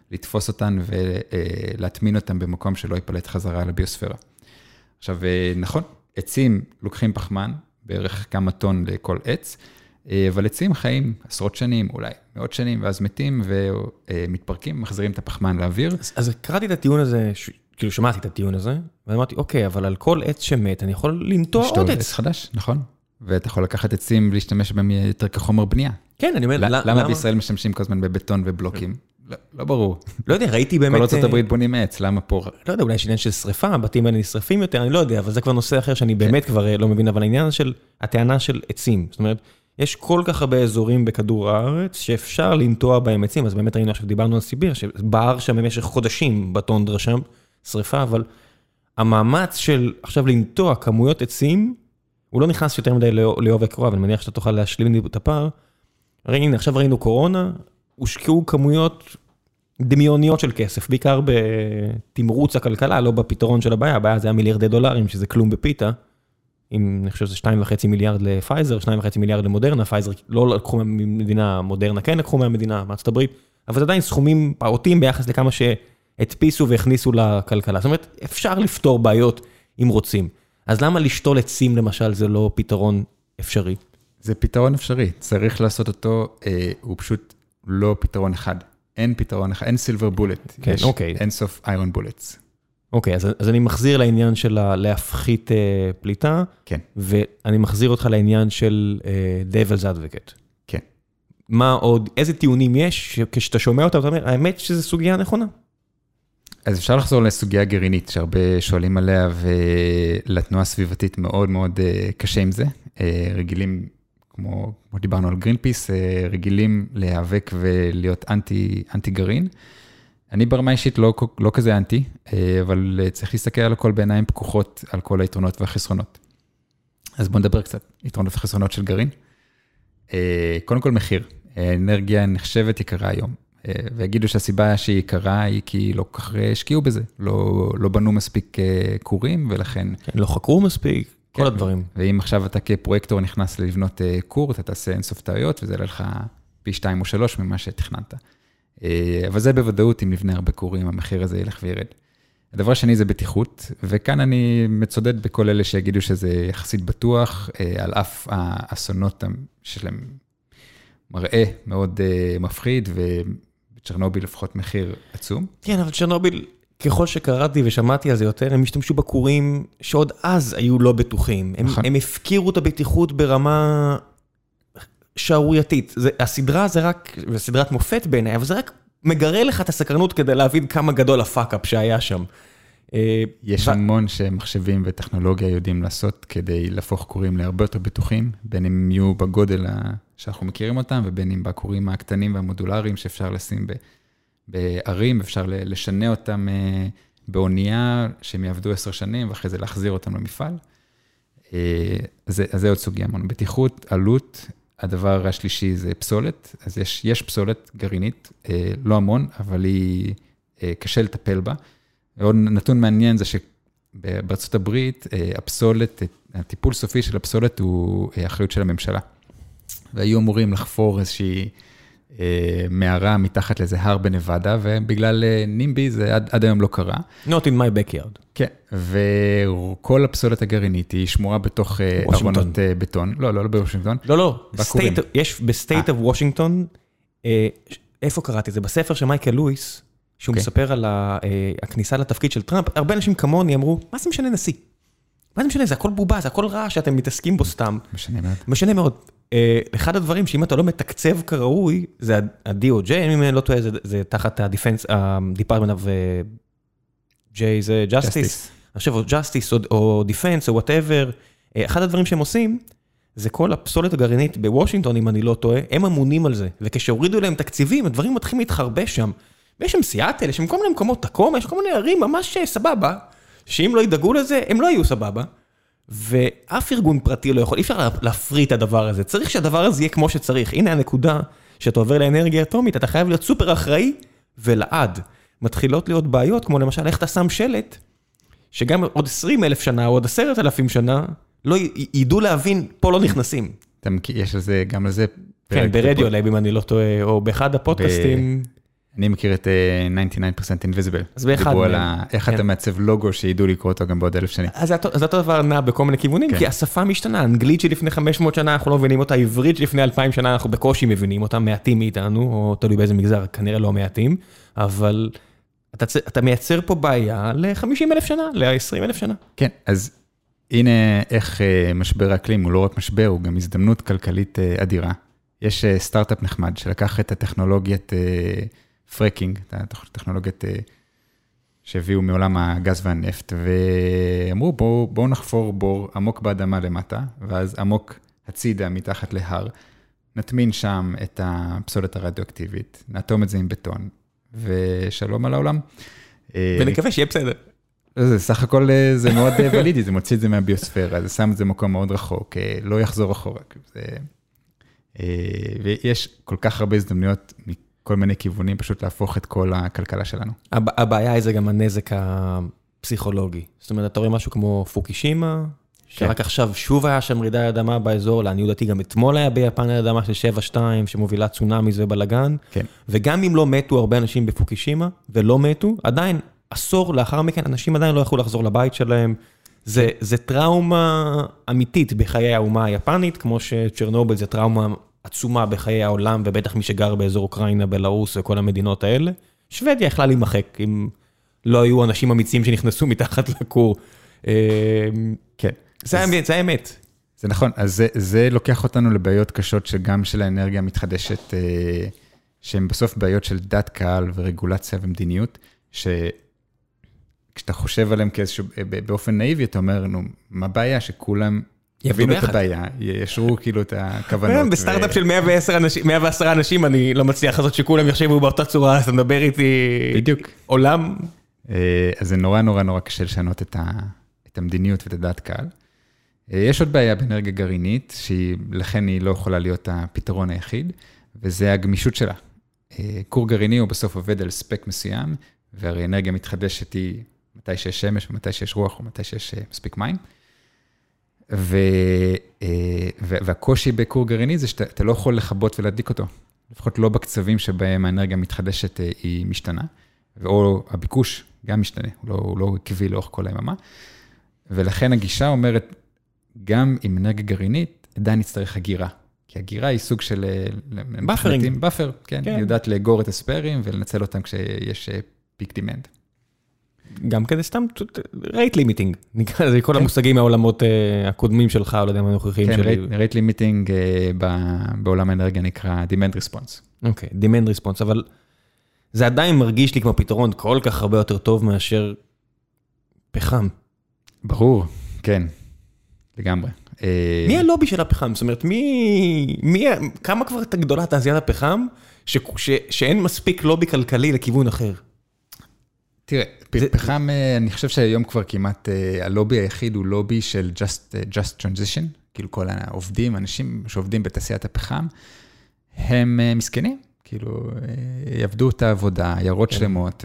לתפוס אותן ולהטמין אותן במקום שלא ייפלט חזרה לביוספירה. עכשיו, נכון, עצים לוקחים פחמן, בערך כמה טון לכל עץ, אבל עצים חיים עשרות שנים, אולי מאות שנים, ואז מתים ומתפרקים, מחזירים את הפחמן לאוויר. אז, אז קראתי את הטיעון הזה, ש... כאילו שמעתי את הטיעון הזה, ואמרתי, אוקיי, אבל על כל עץ שמת, אני יכול לנטוע עוד עץ. עץ חדש, נכון. ואתה יכול לקחת עצים ולהשתמש בהם יותר כחומר בנייה. כן, אני אומר, למה, למה בישראל משתמשים כל הזמן בבטון ובלוקים? לא, לא ברור. לא יודע, ראיתי באמת... כל ארצות הברית בונים עץ, למה פה? לא יודע, אולי יש עניין של שריפה, הבתים האלה נשרפים יותר, אני לא יודע, אבל זה כבר נושא אחר שאני באמת כבר לא מבין, אבל העניין של הטענה של עצים, זאת אומרת, יש כל כך הרבה אזורים בכדור הארץ שאפשר לנטוע בהם עצים, אז באמת ראינו עכשיו, דיברנו על סיביר, שבער שם במשך חודשים בטונדרה שם, שריפה, אבל המאמץ של עכשיו לנטוע כמויות עצים, הוא לא נכנס יותר מדי לעובי הקורה, ואני מניח שאתה תוכל להשלים לי את הפער. הנה, עכשיו ראינו קורונה, הושקעו כמויות דמיוניות של כסף, בעיקר בתמרוץ הכלכלה, לא בפתרון של הבעיה, הבעיה זה היה מיליארדי דולרים, שזה כלום בפיתה, אם אני חושב שזה שתיים וחצי מיליארד לפייזר, שתיים וחצי מיליארד למודרנה, פייזר לא לקחו מהמדינה, מודרנה כן לקחו מהמדינה, מארצות הברית, אבל זה עדיין סכומים פעוטים ביחס לכמה שהדפיסו והכניסו לכלכלה. זאת אומרת, אפשר לפתור בעיות אם רוצים. אז למה לשתול עצים למשל זה לא פתרון אפשרי? זה פתרון אפשרי, צריך לעשות אותו, אה, הוא פשוט לא פתרון אחד. אין פתרון אחד, אין סילבר בולט. כן, יש אוקיי. אין סוף איירון בולטס. אוקיי, אז, אז אני מחזיר לעניין של להפחית אה, פליטה, כן. ואני מחזיר אותך לעניין של אה, devil's advocate. כן. מה עוד, איזה טיעונים יש, כשאתה שומע אותם, אתה אומר, האמת שזו סוגיה נכונה. אז אפשר לחזור לסוגיה גרעינית, שהרבה שואלים עליה, ולתנועה סביבתית מאוד מאוד קשה עם זה. רגילים, כמו, כמו דיברנו על גרינפיס, רגילים להיאבק ולהיות אנטי, אנטי גרעין. אני ברמה אישית לא, לא כזה אנטי, אבל צריך להסתכל על הכל בעיניים פקוחות, על כל היתרונות והחסרונות. אז בואו נדבר קצת, יתרונות וחסרונות של גרעין. קודם כל מחיר, אנרגיה נחשבת יקרה היום. ויגידו שהסיבה שהיא יקרה היא כי לא כך השקיעו בזה, לא, לא בנו מספיק קורים, ולכן... כן, לא חקרו מספיק, כל כן, הדברים. ואם עכשיו אתה כפרויקטור נכנס לבנות קור, אתה תעשה אינסוף טעויות, וזה יעלה לך פי שתיים או שלוש ממה שתכננת. אבל זה בוודאות, אם נבנה הרבה קורים, המחיר הזה ילך וירד. הדבר השני זה בטיחות, וכאן אני מצודד בכל אלה שיגידו שזה יחסית בטוח, על אף האסונות שלהם מראה מאוד מפחיד, ובצ'רנוביל לפחות מחיר עצום. כן, אבל צ'רנוביל, ככל שקראתי ושמעתי על זה יותר, הם השתמשו בקורים שעוד אז היו לא בטוחים. הם, הם הפקירו את הבטיחות ברמה שערורייתית. זה, הסדרה זה רק, וסדרת מופת בעיניי, אבל זה רק מגרה לך את הסקרנות כדי להבין כמה גדול הפאק-אפ שהיה שם. יש המון שמחשבים וטכנולוגיה יודעים לעשות כדי להפוך קורים להרבה יותר בטוחים, בין אם יהיו בגודל שאנחנו מכירים אותם, ובין אם בקורים הקטנים והמודולריים שאפשר לשים בערים, אפשר לשנה אותם באונייה, שהם יעבדו עשר שנים, ואחרי זה להחזיר אותם למפעל. אז זה עוד סוגיה, המון. בטיחות, עלות, הדבר השלישי זה פסולת, אז יש, יש פסולת גרעינית, לא המון, אבל היא קשה לטפל בה. עוד נתון מעניין זה שבארצות הברית, הפסולת, הטיפול סופי של הפסולת הוא אחריות של הממשלה. והיו אמורים לחפור איזושהי מערה מתחת לאיזה הר בנבדה, ובגלל נימבי זה עד, עד היום לא קרה. Not in my backyard. כן, וכל הפסולת הגרעינית היא שמורה בתוך ארונות בטון. לא, לא, לא בוושינגטון. לא, לא, בסטייט, יש בסטייט אוף וושינגטון, איפה קראתי את זה? בספר של מייקל לואיס, שהוא okay. מספר על הכניסה לתפקיד של טראמפ, הרבה אנשים כמוני אמרו, מה זה משנה נשיא? מה זה משנה? זה הכל בובה, זה הכל רע שאתם מתעסקים בו סתם. משנה מאוד. משנה מאוד. אחד הדברים שאם אתה לא מתקצב כראוי, זה ה-די או ג'יי, אם אני לא טועה, זה תחת ה-Defense, ה-Department of J, זה Justice. אני חושב, או Justice, או Defense, או whatever. אחד הדברים שהם עושים, זה כל הפסולת הגרעינית בוושינגטון, אם אני לא טועה, הם אמונים על זה. וכשהורידו להם תקציבים, הדברים מתחילים להתחרבש שם. ויש שם סיאטל, יש שם כל מיני מקומות תקום, יש כל מיני ערים ממש סבבה, שאם לא ידאגו לזה, הם לא יהיו סבבה. ואף ארגון פרטי לא יכול, אי אפשר להפריט את הדבר הזה. צריך שהדבר הזה יהיה כמו שצריך. הנה הנקודה שאתה עובר לאנרגיה אטומית, אתה חייב להיות סופר אחראי ולעד. מתחילות להיות בעיות, כמו למשל, איך אתה שם שלט, שגם עוד עשרים אלף שנה או עוד עשרת אלפים שנה, לא ידעו להבין, פה לא נכנסים. יש לזה, גם לזה... כן, ברדיו לב, אם אני לא טועה, או באחד הפודקאסטים... אני מכיר את תשעים ותשע אחוז Invisible. אז באחד דיברו על מהם. איך אתה מעצב לוגו שידעו לקרוא אותו גם בעוד אלף שנים. אז זה אותו דבר נע בכל מיני כיוונים, כי השפה משתנה, האנגלית שלפני חמש מאות שנה אנחנו לא מבינים אותה, העברית שלפני אלפיים שנה אנחנו בקושי מבינים אותה, מעטים מאיתנו, או תלוי באיזה מגזר, כנראה לא מעטים, אבל אתה, אתה מייצר פה בעיה ל-חמישים אלף שנה, ל-עשרים אלף שנה. כן, אז הנה איך משבר האקלים הוא לא רק משבר, הוא גם הזדמנות כלכלית אדירה. יש סטארט-אפ נחמד שלקח את הטכנולוגיית פרקינג, את הטכנולוגיית שהביאו מעולם הגז והנפט, ואמרו בואו בוא נחפור בור עמוק באדמה למטה, ואז עמוק הצידה מתחת להר, נטמין שם את הפסולת הרדיואקטיבית, נאטום את זה עם בטון, ושלום על העולם. ונקווה שיהיה בסדר. זה סך הכל זה מאוד ולידי, זה מוציא את זה מהביוספירה, זה שם את זה במקום מאוד רחוק, לא יחזור אחורה. זה... ויש כל כך הרבה הזדמנויות מכל מיני כיוונים, פשוט להפוך את כל הכלכלה שלנו. הבעיה היא זה גם הנזק הפסיכולוגי. זאת אומרת, אתה רואה משהו כמו פוקישימה, שרק עכשיו שוב היה שם רעידת אדמה באזור, לעניות דעתי גם אתמול היה ביפן אדמה של שבע שתיים, שמובילה צונאמיז ובלגן, וגם אם לא מתו הרבה אנשים בפוקישימה, ולא מתו, עדיין עשור לאחר מכן, אנשים עדיין לא יכלו לחזור לבית שלהם, זה, זה טראומה אמיתית בחיי האומה היפנית, כמו שצ'רנוביל זה טראומה עצומה בחיי העולם, ובטח מי שגר באזור אוקראינה, בלרוס וכל המדינות האלה. שוודיה יכלה להימחק, אם לא היו אנשים אמיצים שנכנסו מתחת לכור. כן. זה האמת, זה האמת. זה נכון, אז זה, זה לוקח אותנו לבעיות קשות שגם של האנרגיה המתחדשת, שהן בסוף בעיות של דת קהל ורגולציה ומדיניות, ש... כשאתה חושב עליהם כאיזשהו, באופן נאיבי, אתה אומר, נו, מה הבעיה? שכולם יבינו את הבעיה, ישרו כאילו את הכוונות. בסטארט-אפ של מאה ועשרה אנשים, אני לא מצליח לעשות שכולם יחשבו באותה צורה, אז אתה מדבר איתי עולם. אז זה נורא נורא נורא קשה לשנות את המדיניות ואת הדעת קהל. יש עוד בעיה באנרגיה גרעינית, שלכן היא לא יכולה להיות הפתרון היחיד, וזה הגמישות שלה. כור גרעיני הוא בסוף עובד על ספק מסוים, והרי אנרגיה מתחדשת היא מתי שיש שמש, ומתי שיש רוח, ומתי שיש מספיק מים. ו, והקושי בכור גרעיני זה שאתה לא יכול לחבות ולהדליק אותו. לפחות לא בקצבים שבהם האנרגיה המתחדשת היא משתנה, או הביקוש גם משתנה, הוא לא, הוא לא עקבי לאורך כל היממה. ולכן הגישה אומרת, גם עם אנרגיה גרעינית, עדיין נצטרך הגירה. כי הגירה היא סוג של... באפרינג. באפר, כן. היא יודעת לאגור את הספיירים ולנצל אותם כשיש פיק דימנד. גם כזה סתם רייט לימיטינג, נקרא לזה כל המושגים מהעולמות הקודמים שלך, או לא יודע מה הנוכחים שלי. כן, רייט לימיטינג בעולם האנרגיה נקרא דימנד ריספונס. אוקיי, דימנד ריספונס, אבל זה עדיין מרגיש לי כמו פתרון כל כך הרבה יותר טוב מאשר פחם. ברור, כן, לגמרי. מי הלובי של הפחם? זאת אומרת, מי, כמה כבר גדולה תעשיית הפחם, שאין מספיק לובי כלכלי לכיוון אחר? תראה, פחם, אני חושב שהיום כבר כמעט, הלובי היחיד הוא לובי של just, just transition, כאילו כל העובדים, אנשים שעובדים בתעשיית הפחם, הם מסכנים, כאילו, יעבדו את העבודה, עיירות שלמות,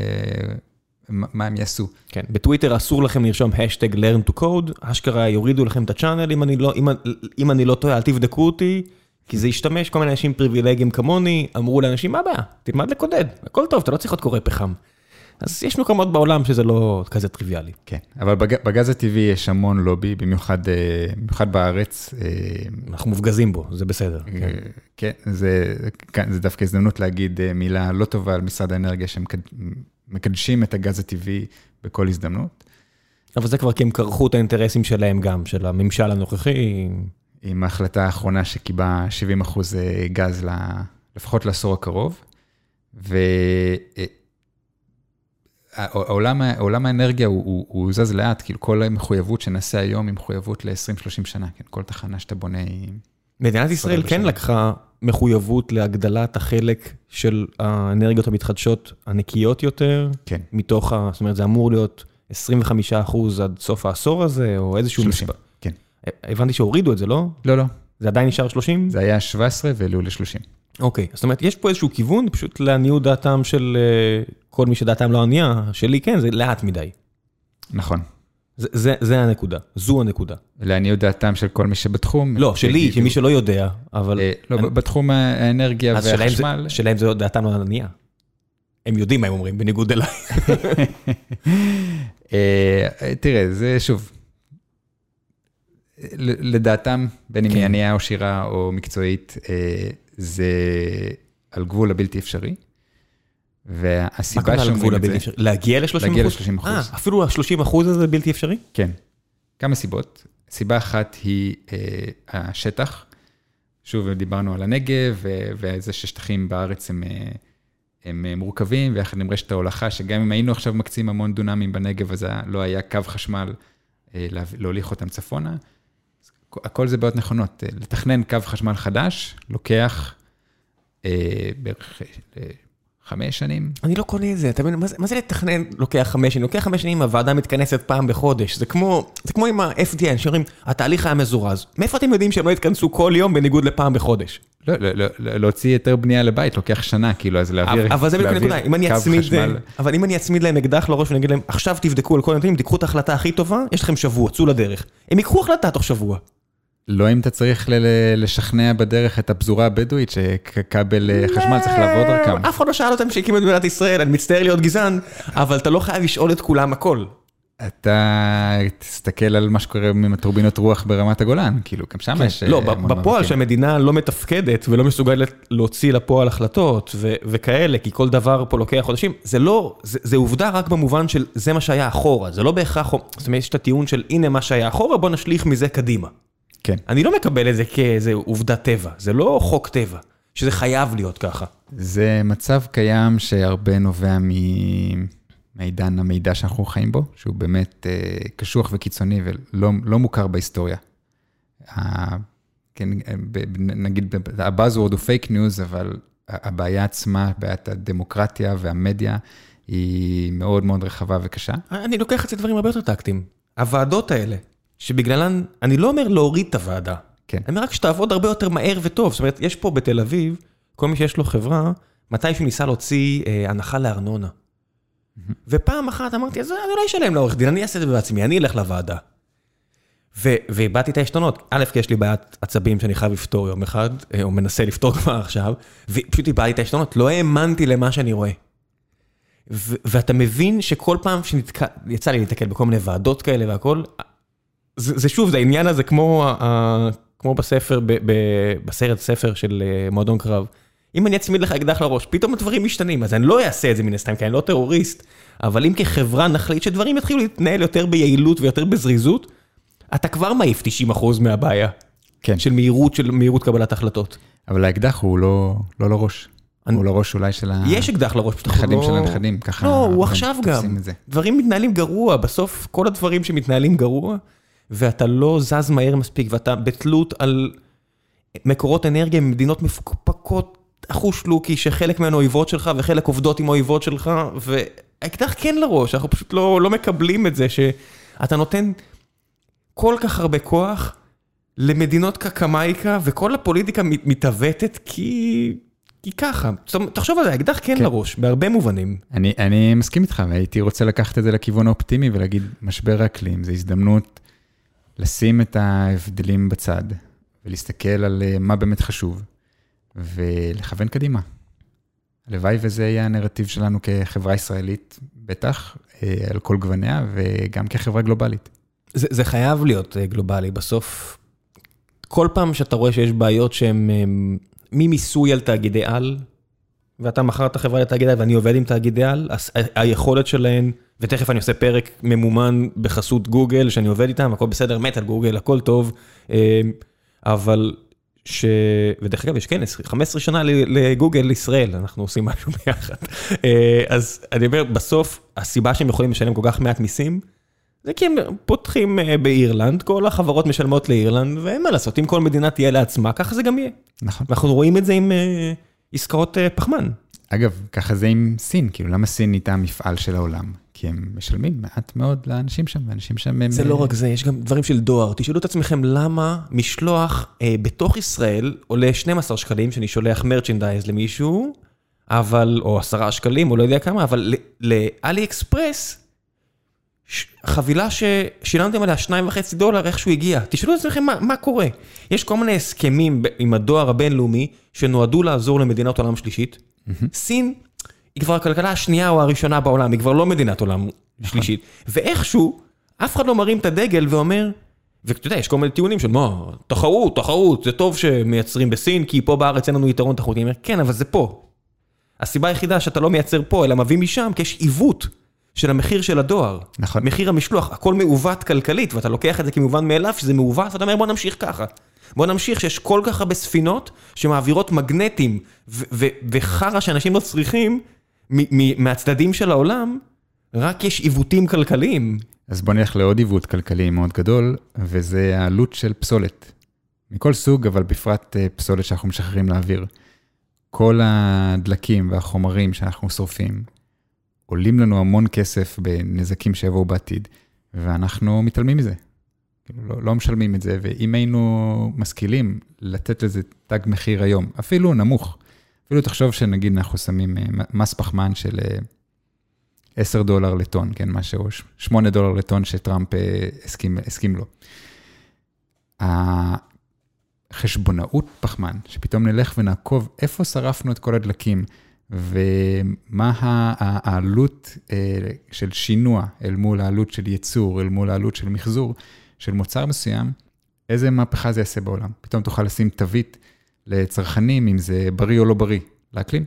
ומה הם יעשו. כן, בטוויטר אסור לכם לרשום השטג learn to code, אשכרה יורידו לכם את הצ'אנל, אם אני לא, אם, אם אני לא טועה, אל תבדקו אותי, כי זה ישתמש, כל מיני אנשים פריבילגיים כמוני, אמרו לאנשים, מה הבעיה? תלמד לקודד, הכל טוב, אתה לא צריך להיות קורא פחם. אז יש מקומות בעולם שזה לא כזה טריוויאלי. כן, אבל בגז הטבעי יש המון לובי, במיוחד, במיוחד בארץ. אנחנו מופגזים בו, זה בסדר. כן, זה, זה דווקא הזדמנות להגיד מילה לא טובה על משרד האנרגיה, שמקדשים את הגז הטבעי בכל הזדמנות. אבל זה כבר כי הם קרחו את האינטרסים שלהם גם, של הממשל הנוכחי. עם ההחלטה האחרונה שקיבה שבעים אחוז גז, לפחות לעשור הקרוב, ו... העולם, העולם האנרגיה הוא, הוא, הוא זז לאט, כאילו כל המחויבות שנעשה היום היא מחויבות ל-עשרים שלושים שנה, כן? כל תחנה שאתה בונה היא... מדינת ישראל כן לקחה מחויבות להגדלת החלק של האנרגיות המתחדשות הנקיות יותר, כן. מתוך, ה, זאת אומרת, זה אמור להיות עשרים וחמישה אחוז עד סוף העשור הזה, או איזשהו מספר. כן. הבנתי שהורידו את זה, לא? לא, לא. זה עדיין נשאר שלושים? זה היה שבע עשרה ועלו ל-שלושים. אוקיי, זאת אומרת, יש פה איזשהו כיוון, פשוט לעניות דעתם של כל מי שדעתם לא ענייה, שלי כן, זה לאט מדי. נכון. זה, זה, זה הנקודה, זו הנקודה. לעניות דעתם של כל מי שבתחום. לא, שלי, שמי שלא יודע, אבל... לא, בתחום האנרגיה והחשמל. שלהם זה דעתם לא ענייה. הם יודעים מה הם אומרים, בניגוד אליי. תראה, זה שוב, לדעתם, בין אם היא ענייה או שירה או מקצועית, זה על גבול הבלתי אפשרי. והסיבה שאומרים את זה... להגיע ל-שלושים אחוז? להגיע ל-שלושים אחוז. אה, אפילו ה-שלושים אחוז הזה בלתי אפשרי? כן. כמה סיבות. סיבה אחת היא השטח. שוב, דיברנו על הנגב, וזה ששטחים בארץ הם... הם מורכבים, ויחד עם רשת ההולכה, שגם אם היינו עכשיו מקצים המון דונמים בנגב, אז לא היה קו חשמל להוליך אותם צפונה. הכל זה בעיות נכונות. לתכנן קו חשמל חדש, לוקח בערך חמש שנים. אני לא קונה את זה. אתה מבין, מה זה לתכנן לוקח חמש שנים? לוקח חמש שנים, הוועדה מתכנסת פעם בחודש. זה כמו, זה כמו עם ה-אף די איי, שאומרים, התהליך היה מזורז. מאיפה אתם יודעים שהם לא יתכנסו כל יום בניגוד לפעם בחודש? לא, לא, לא, להוציא יותר בנייה לבית, לוקח שנה, כאילו, אז להעביר, אבל זה בדיוק נקודה, אם אני אצמיד, אבל אם אני אצמיד להם אקדח לראש ואני אגיד להם, עכשיו תבדקו על כל הנתונים, תיקחו את ההחלטה הכי טובה, יש לכם שבוע, צאו לדרך. הם יקחו החלטה תוך שבוע. לא אם אתה צריך לשכנע בדרך את הפזורה הבדואית, שכבל חשמל צריך לעבור דרכם. אף אחד לא שאל אותם שהקימו את מדינת ישראל, אני מצטער להיות גזען, אבל אתה לא חייב לשאול את כולם הכל. אתה תסתכל על מה שקורה עם הטורבינות רוח ברמת הגולן, כאילו, גם שם יש... לא, בפועל שהמדינה לא מתפקדת ולא מסוגלת להוציא לפועל החלטות וכאלה, כי כל דבר פה לוקח חודשים, זה לא, זה עובדה רק במובן של זה מה שהיה אחורה, זה לא בהכרח, זאת אומרת, יש את הטיעון של הנה מה שהיה אחורה, בוא נשליך מזה קדימה. כן. אני לא מקבל את זה כאיזה עובדה טבע, זה לא חוק טבע, שזה חייב להיות ככה. זה מצב קיים שהרבה נובע מ... מעידן המידע שאנחנו חיים בו, שהוא באמת אה, קשוח וקיצוני ולא לא מוכר בהיסטוריה. ה, כן, ב, נגיד, הבאזוורד הוא פייק ניוז, אבל הבעיה עצמה, בעיית הדמוקרטיה והמדיה, היא מאוד מאוד רחבה וקשה. אני לוקח את זה דברים הרבה יותר טקטיים. הוועדות האלה, שבגללן, אני לא אומר להוריד את הוועדה, כן. אני אומר רק שתעבוד הרבה יותר מהר וטוב. זאת אומרת, יש פה בתל אביב, כל מי שיש לו חברה, מתי שהוא ניסה להוציא אה, הנחה לארנונה. ופעם אחת אמרתי, אז אני לא אשלם לעורך דין, אני אעשה את זה בעצמי, אני אלך לוועדה. ובאתי את ההשתנות, א', כי יש לי בעיית עצבים שאני חייב לפתור יום אחד, או מנסה לפתור כבר עכשיו, ופשוט באתי את ההשתנות, לא האמנתי למה שאני רואה. ואתה מבין שכל פעם שיצא לי להתקל בכל מיני ועדות כאלה והכל, זה שוב, זה העניין הזה כמו בספר, בסרט ספר של מועדון קרב, אם אני אצמיד לך אקדח לראש, פתאום הדברים משתנים, אז אני לא אעשה את זה מן הסתם, כי אני לא טרוריסט, אבל אם כחברה נחליט שדברים יתחילו להתנהל יותר ביעילות ויותר בזריזות, אתה כבר מעיף תשעים אחוז מהבעיה, כן. של מהירות, של מהירות קבלת החלטות. אבל האקדח הוא לא, לא לראש. אני... הוא לראש אולי של ה... יש אקדח לראש, פשוט נכדים לא... של הנכדים, ככה... לא, הוא עכשיו גם. דברים מתנהלים גרוע, בסוף כל הדברים שמתנהלים גרוע, ואתה לא זז מהר מספיק, ואתה בתלות על מקורות אנרגיה ממדינות מפוקפקות, אחוש לוקי, שחלק מהן אויבות שלך, וחלק עובדות עם אויבות שלך, והאקדח כן לראש, אנחנו פשוט לא, לא מקבלים את זה, שאתה נותן כל כך הרבה כוח למדינות קקמייקה, וכל הפוליטיקה מתעוותת, כי, כי ככה. תחשוב על זה, האקדח כן, כן לראש, בהרבה מובנים. אני, אני מסכים איתך, והייתי רוצה לקחת את זה לכיוון האופטימי, ולהגיד, משבר האקלים, זה הזדמנות לשים את ההבדלים בצד, ולהסתכל על מה באמת חשוב. ולכוון קדימה. הלוואי וזה יהיה הנרטיב שלנו כחברה ישראלית, בטח, על כל גווניה, וגם כחברה גלובלית. זה, זה חייב להיות גלובלי. בסוף, כל פעם שאתה רואה שיש בעיות שהן ממיסוי על תאגידי על, ואתה מכר את החברה לתאגידי על, ואני עובד עם תאגידי על, היכולת שלהן, ותכף אני עושה פרק ממומן בחסות גוגל, שאני עובד איתם, הכל בסדר, מת על גוגל, הכל טוב, אבל... ש... ודרך אגב, יש כנס, חמש עשרה שנה לגוגל לישראל, אנחנו עושים משהו ביחד. אז אני אומר, בסוף, הסיבה שהם יכולים לשלם כל כך מעט מיסים, זה כי הם פותחים באירלנד, כל החברות משלמות לאירלנד, ואין מה לעשות, אם כל מדינה תהיה לעצמה, ככה זה גם יהיה. נכון. אנחנו רואים את זה עם עסקאות פחמן. אגב, ככה זה עם סין, כאילו, למה סין נהייתה המפעל של העולם? כי הם משלמים מעט מאוד לאנשים שם, ואנשים שם הם... זה לא רק זה, יש גם דברים של דואר. תשאלו את עצמכם למה משלוח אה, בתוך ישראל עולה שנים עשר שקלים, שאני שולח מרצ'נדייז למישהו, אבל, או עשרה שקלים, או לא יודע כמה, אבל לאלי אקספרס, ש... חבילה ששילמתם עליה שניים וחצי דולר, איך שהוא הגיע. תשאלו את עצמכם מה, מה קורה. יש כל מיני הסכמים עם הדואר הבינלאומי, שנועדו לעזור למדינת עולם שלישית. Mm-hmm. סין... היא כבר הכלכלה השנייה או הראשונה בעולם, היא כבר לא מדינת עולם שלישית. ואיכשהו, אף אחד לא מרים את הדגל ואומר, ואתה יודע, יש כל מיני טיעונים של, מה, תחרות, תחרות, זה טוב שמייצרים בסין, כי פה בארץ אין לנו יתרון תחרותי. אני אומר, כן, אבל זה פה. הסיבה היחידה שאתה לא מייצר פה, אלא מביא משם, כי יש עיוות של המחיר של הדואר. נכון. מחיר המשלוח, הכל מעוות כלכלית, ואתה לוקח את זה כמובן מאליו, שזה מעוות, ואתה אומר, בוא נמשיך ככה. בוא נמשיך שיש כל כך הרבה ספינות שמעבירות מגנטים וחרא שאנשים לא צריכים מהצדדים של העולם, רק יש עיוותים כלכליים. אז בוא נלך לעוד עיוות כלכלי מאוד גדול, וזה העלות של פסולת. מכל סוג, אבל בפרט פסולת שאנחנו משחררים לאוויר. כל הדלקים והחומרים שאנחנו שורפים, עולים לנו המון כסף בנזקים שיבואו בעתיד, ואנחנו מתעלמים מזה. לא, לא משלמים את זה, ואם היינו משכילים לתת לזה תג מחיר היום, אפילו נמוך, אפילו תחשוב שנגיד אנחנו שמים מס פחמן של עשרה דולר לטון, כן, משהו, שמונה דולר לטון שטראמפ הסכים, הסכים לו. החשבונאות פחמן, שפתאום נלך ונעקוב איפה שרפנו את כל הדלקים, ומה העלות של שינוע אל מול העלות של ייצור, אל מול העלות של מחזור, של מוצר מסוים, איזה מהפכה זה יעשה בעולם. פתאום תוכל לשים תווית לצרכנים, אם זה בריא או לא בריא, לאקלים.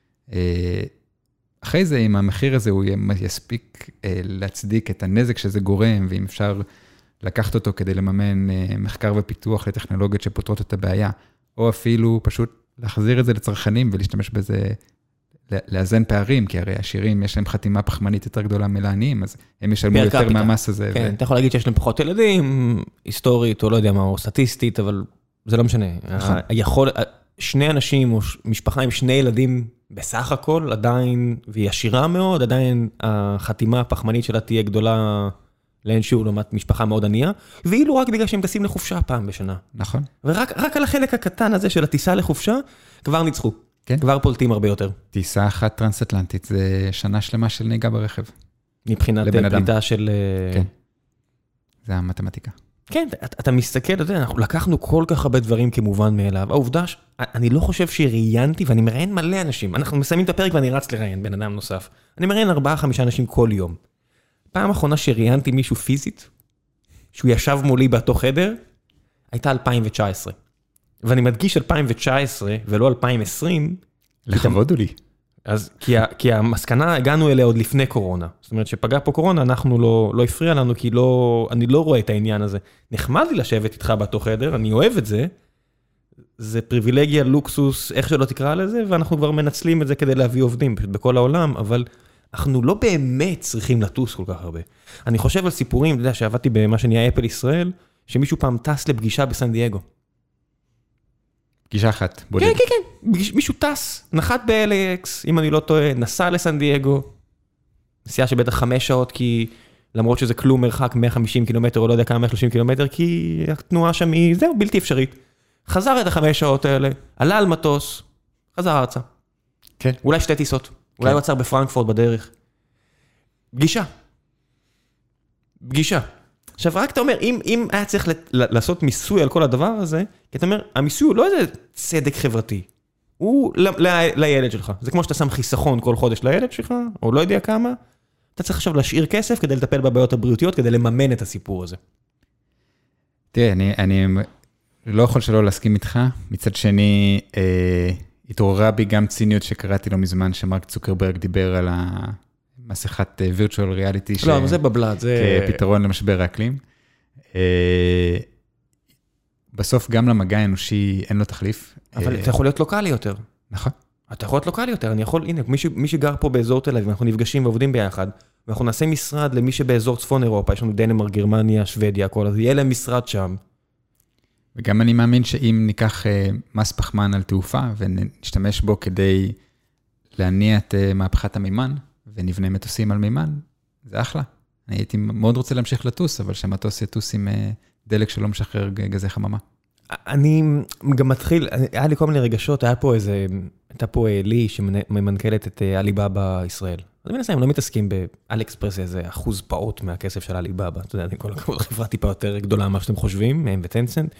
אחרי זה, אם המחיר הזה הוא יספיק להצדיק את הנזק שזה גורם, ואם אפשר לקחת אותו כדי לממן מחקר ופיתוח לטכנולוגיות שפותרות את הבעיה, או אפילו פשוט להחזיר את זה לצרכנים ולהשתמש בזה, לאזן פערים, כי הרי השירים יש להם חתימה פחמנית יותר גדולה מלעניים, אז הם ישלמו יותר מהמס הזה. כן, אתה יכול להגיד שיש להם פחות ילדים, היסטורית, או לא יודע מה, או סטטיסטית, אבל זה לא משנה. יכול, שני אנשים או משפחה עם שני ילדים בסך הכל, עדיין, והיא עשירה מאוד, עדיין החתימה הפחמנית שלה תהיה גדולה לאין שיעור, לעומת משפחה מאוד ענייה, ואילו רק בגלל שהם טסים לחופשה פעם בשנה. נכון. ורק על החלק הקטן הזה של הטיסה לחופשה, כבר ניצחו. כן. כבר פולטים הרבה יותר. טיסה אחת טרנס-אטלנטית, זה שנה שלמה של נהיגה ברכב. מבחינת פליטה של... כן. זה המתמטיקה. כן, אתה, אתה מסתכל, אתה יודע, אנחנו לקחנו כל כך הרבה דברים כמובן מאליו. העובדה, ש... אני לא חושב שראיינתי, ואני מראיין מלא אנשים. אנחנו מסיימים את הפרק ואני רץ לראיין בן אדם נוסף. אני מראיין ארבעה, חמישה אנשים כל יום. פעם אחרונה שראיינתי מישהו פיזית, שהוא ישב מולי באותו חדר, הייתה אלפיים תשע עשרה. ואני מדגיש אלפיים תשע עשרה ולא אלפיים עשרים. לכבוד לי. אז כי, כי המסקנה הגענו אליה עוד לפני קורונה. זאת אומרת שפגע פה קורונה, אנחנו לא, לא הפריע לנו, כי לא, אני לא רואה את העניין הזה. נחמד לי לשבת איתך באותו חדר, אני אוהב את זה. זה פריבילגיה, לוקסוס, איך שלא תקרא לזה, ואנחנו כבר מנצלים את זה כדי להביא עובדים בכל העולם, אבל אנחנו לא באמת צריכים לטוס כל כך הרבה. אני חושב על סיפורים, אתה יודע, שעבדתי במה שנהיה אפל ישראל, שמישהו פעם טס לפגישה בסן דייגו. פגישה אחת, בודד. כן, כן, כן. מישהו טס, נחת ב-אל איי אקס, אם אני לא טועה, נסע לסן דייגו, נסיעה של בטח חמש שעות, כי למרות שזה כלום מרחק מאה וחמישים קילומטר, או לא יודע כמה מאה ושלושים קילומטר, כי התנועה שם היא, זהו, בלתי אפשרית. חזר את החמש שעות האלה, עלה על מטוס, חזר ארצה. כן. אולי שתי טיסות, אולי הוא עצר בפרנקפורט בדרך. פגישה. פגישה. עכשיו, רק אתה אומר, אם, אם היה צריך לעשות מיסוי על כל הדבר הזה, כי אתה אומר, המיסוי הוא לא איזה צדק חברתי, הוא ל, ל, לילד שלך. זה כמו שאתה שם חיסכון כל חודש לילד שלך, או לא יודע כמה, אתה צריך עכשיו להשאיר כסף כדי לטפל בבעיות הבריאותיות, כדי לממן את הסיפור הזה. תראה, אני, אני לא יכול שלא להסכים איתך. מצד שני, אה, התעוררה בי גם ציניות שקראתי לא מזמן, שמרק צוקרברג דיבר על ה... מסכת וירטואל ריאליטי. לא, זה בבלד, זה... כפתרון למשבר האקלים. בסוף גם למגע האנושי אין לו תחליף. אבל אתה יכול להיות לוקלי יותר. נכון. אתה יכול להיות לוקלי יותר, אני יכול, הנה, מי שגר פה באזור תל אביב, אנחנו נפגשים ועובדים ביחד, ואנחנו נעשה משרד למי שבאזור צפון אירופה, יש לנו דנמרק, גרמניה, שוודיה, הכל, אז יהיה להם משרד שם. וגם אני מאמין שאם ניקח מס פחמן על תעופה, ונשתמש בו כדי להניע את מהפכת המימן, ונבנה מטוסים על מימן, זה אחלה. אני הייתי מאוד רוצה להמשיך לטוס, אבל שהמטוס יטוס עם דלק שלא משחרר גזי חממה. אני גם מתחיל, היה לי כל מיני רגשות, היה פה איזה, הייתה פה לי שממנכלת את אליבאבא ישראל. אז מנסה, הם לא מתעסקים באליקספרס איזה אחוז פעוט מהכסף של אליבאבא. אתה יודע, אני כל הכבוד חברה טיפה יותר גדולה ממה שאתם חושבים, הם וטנסנט.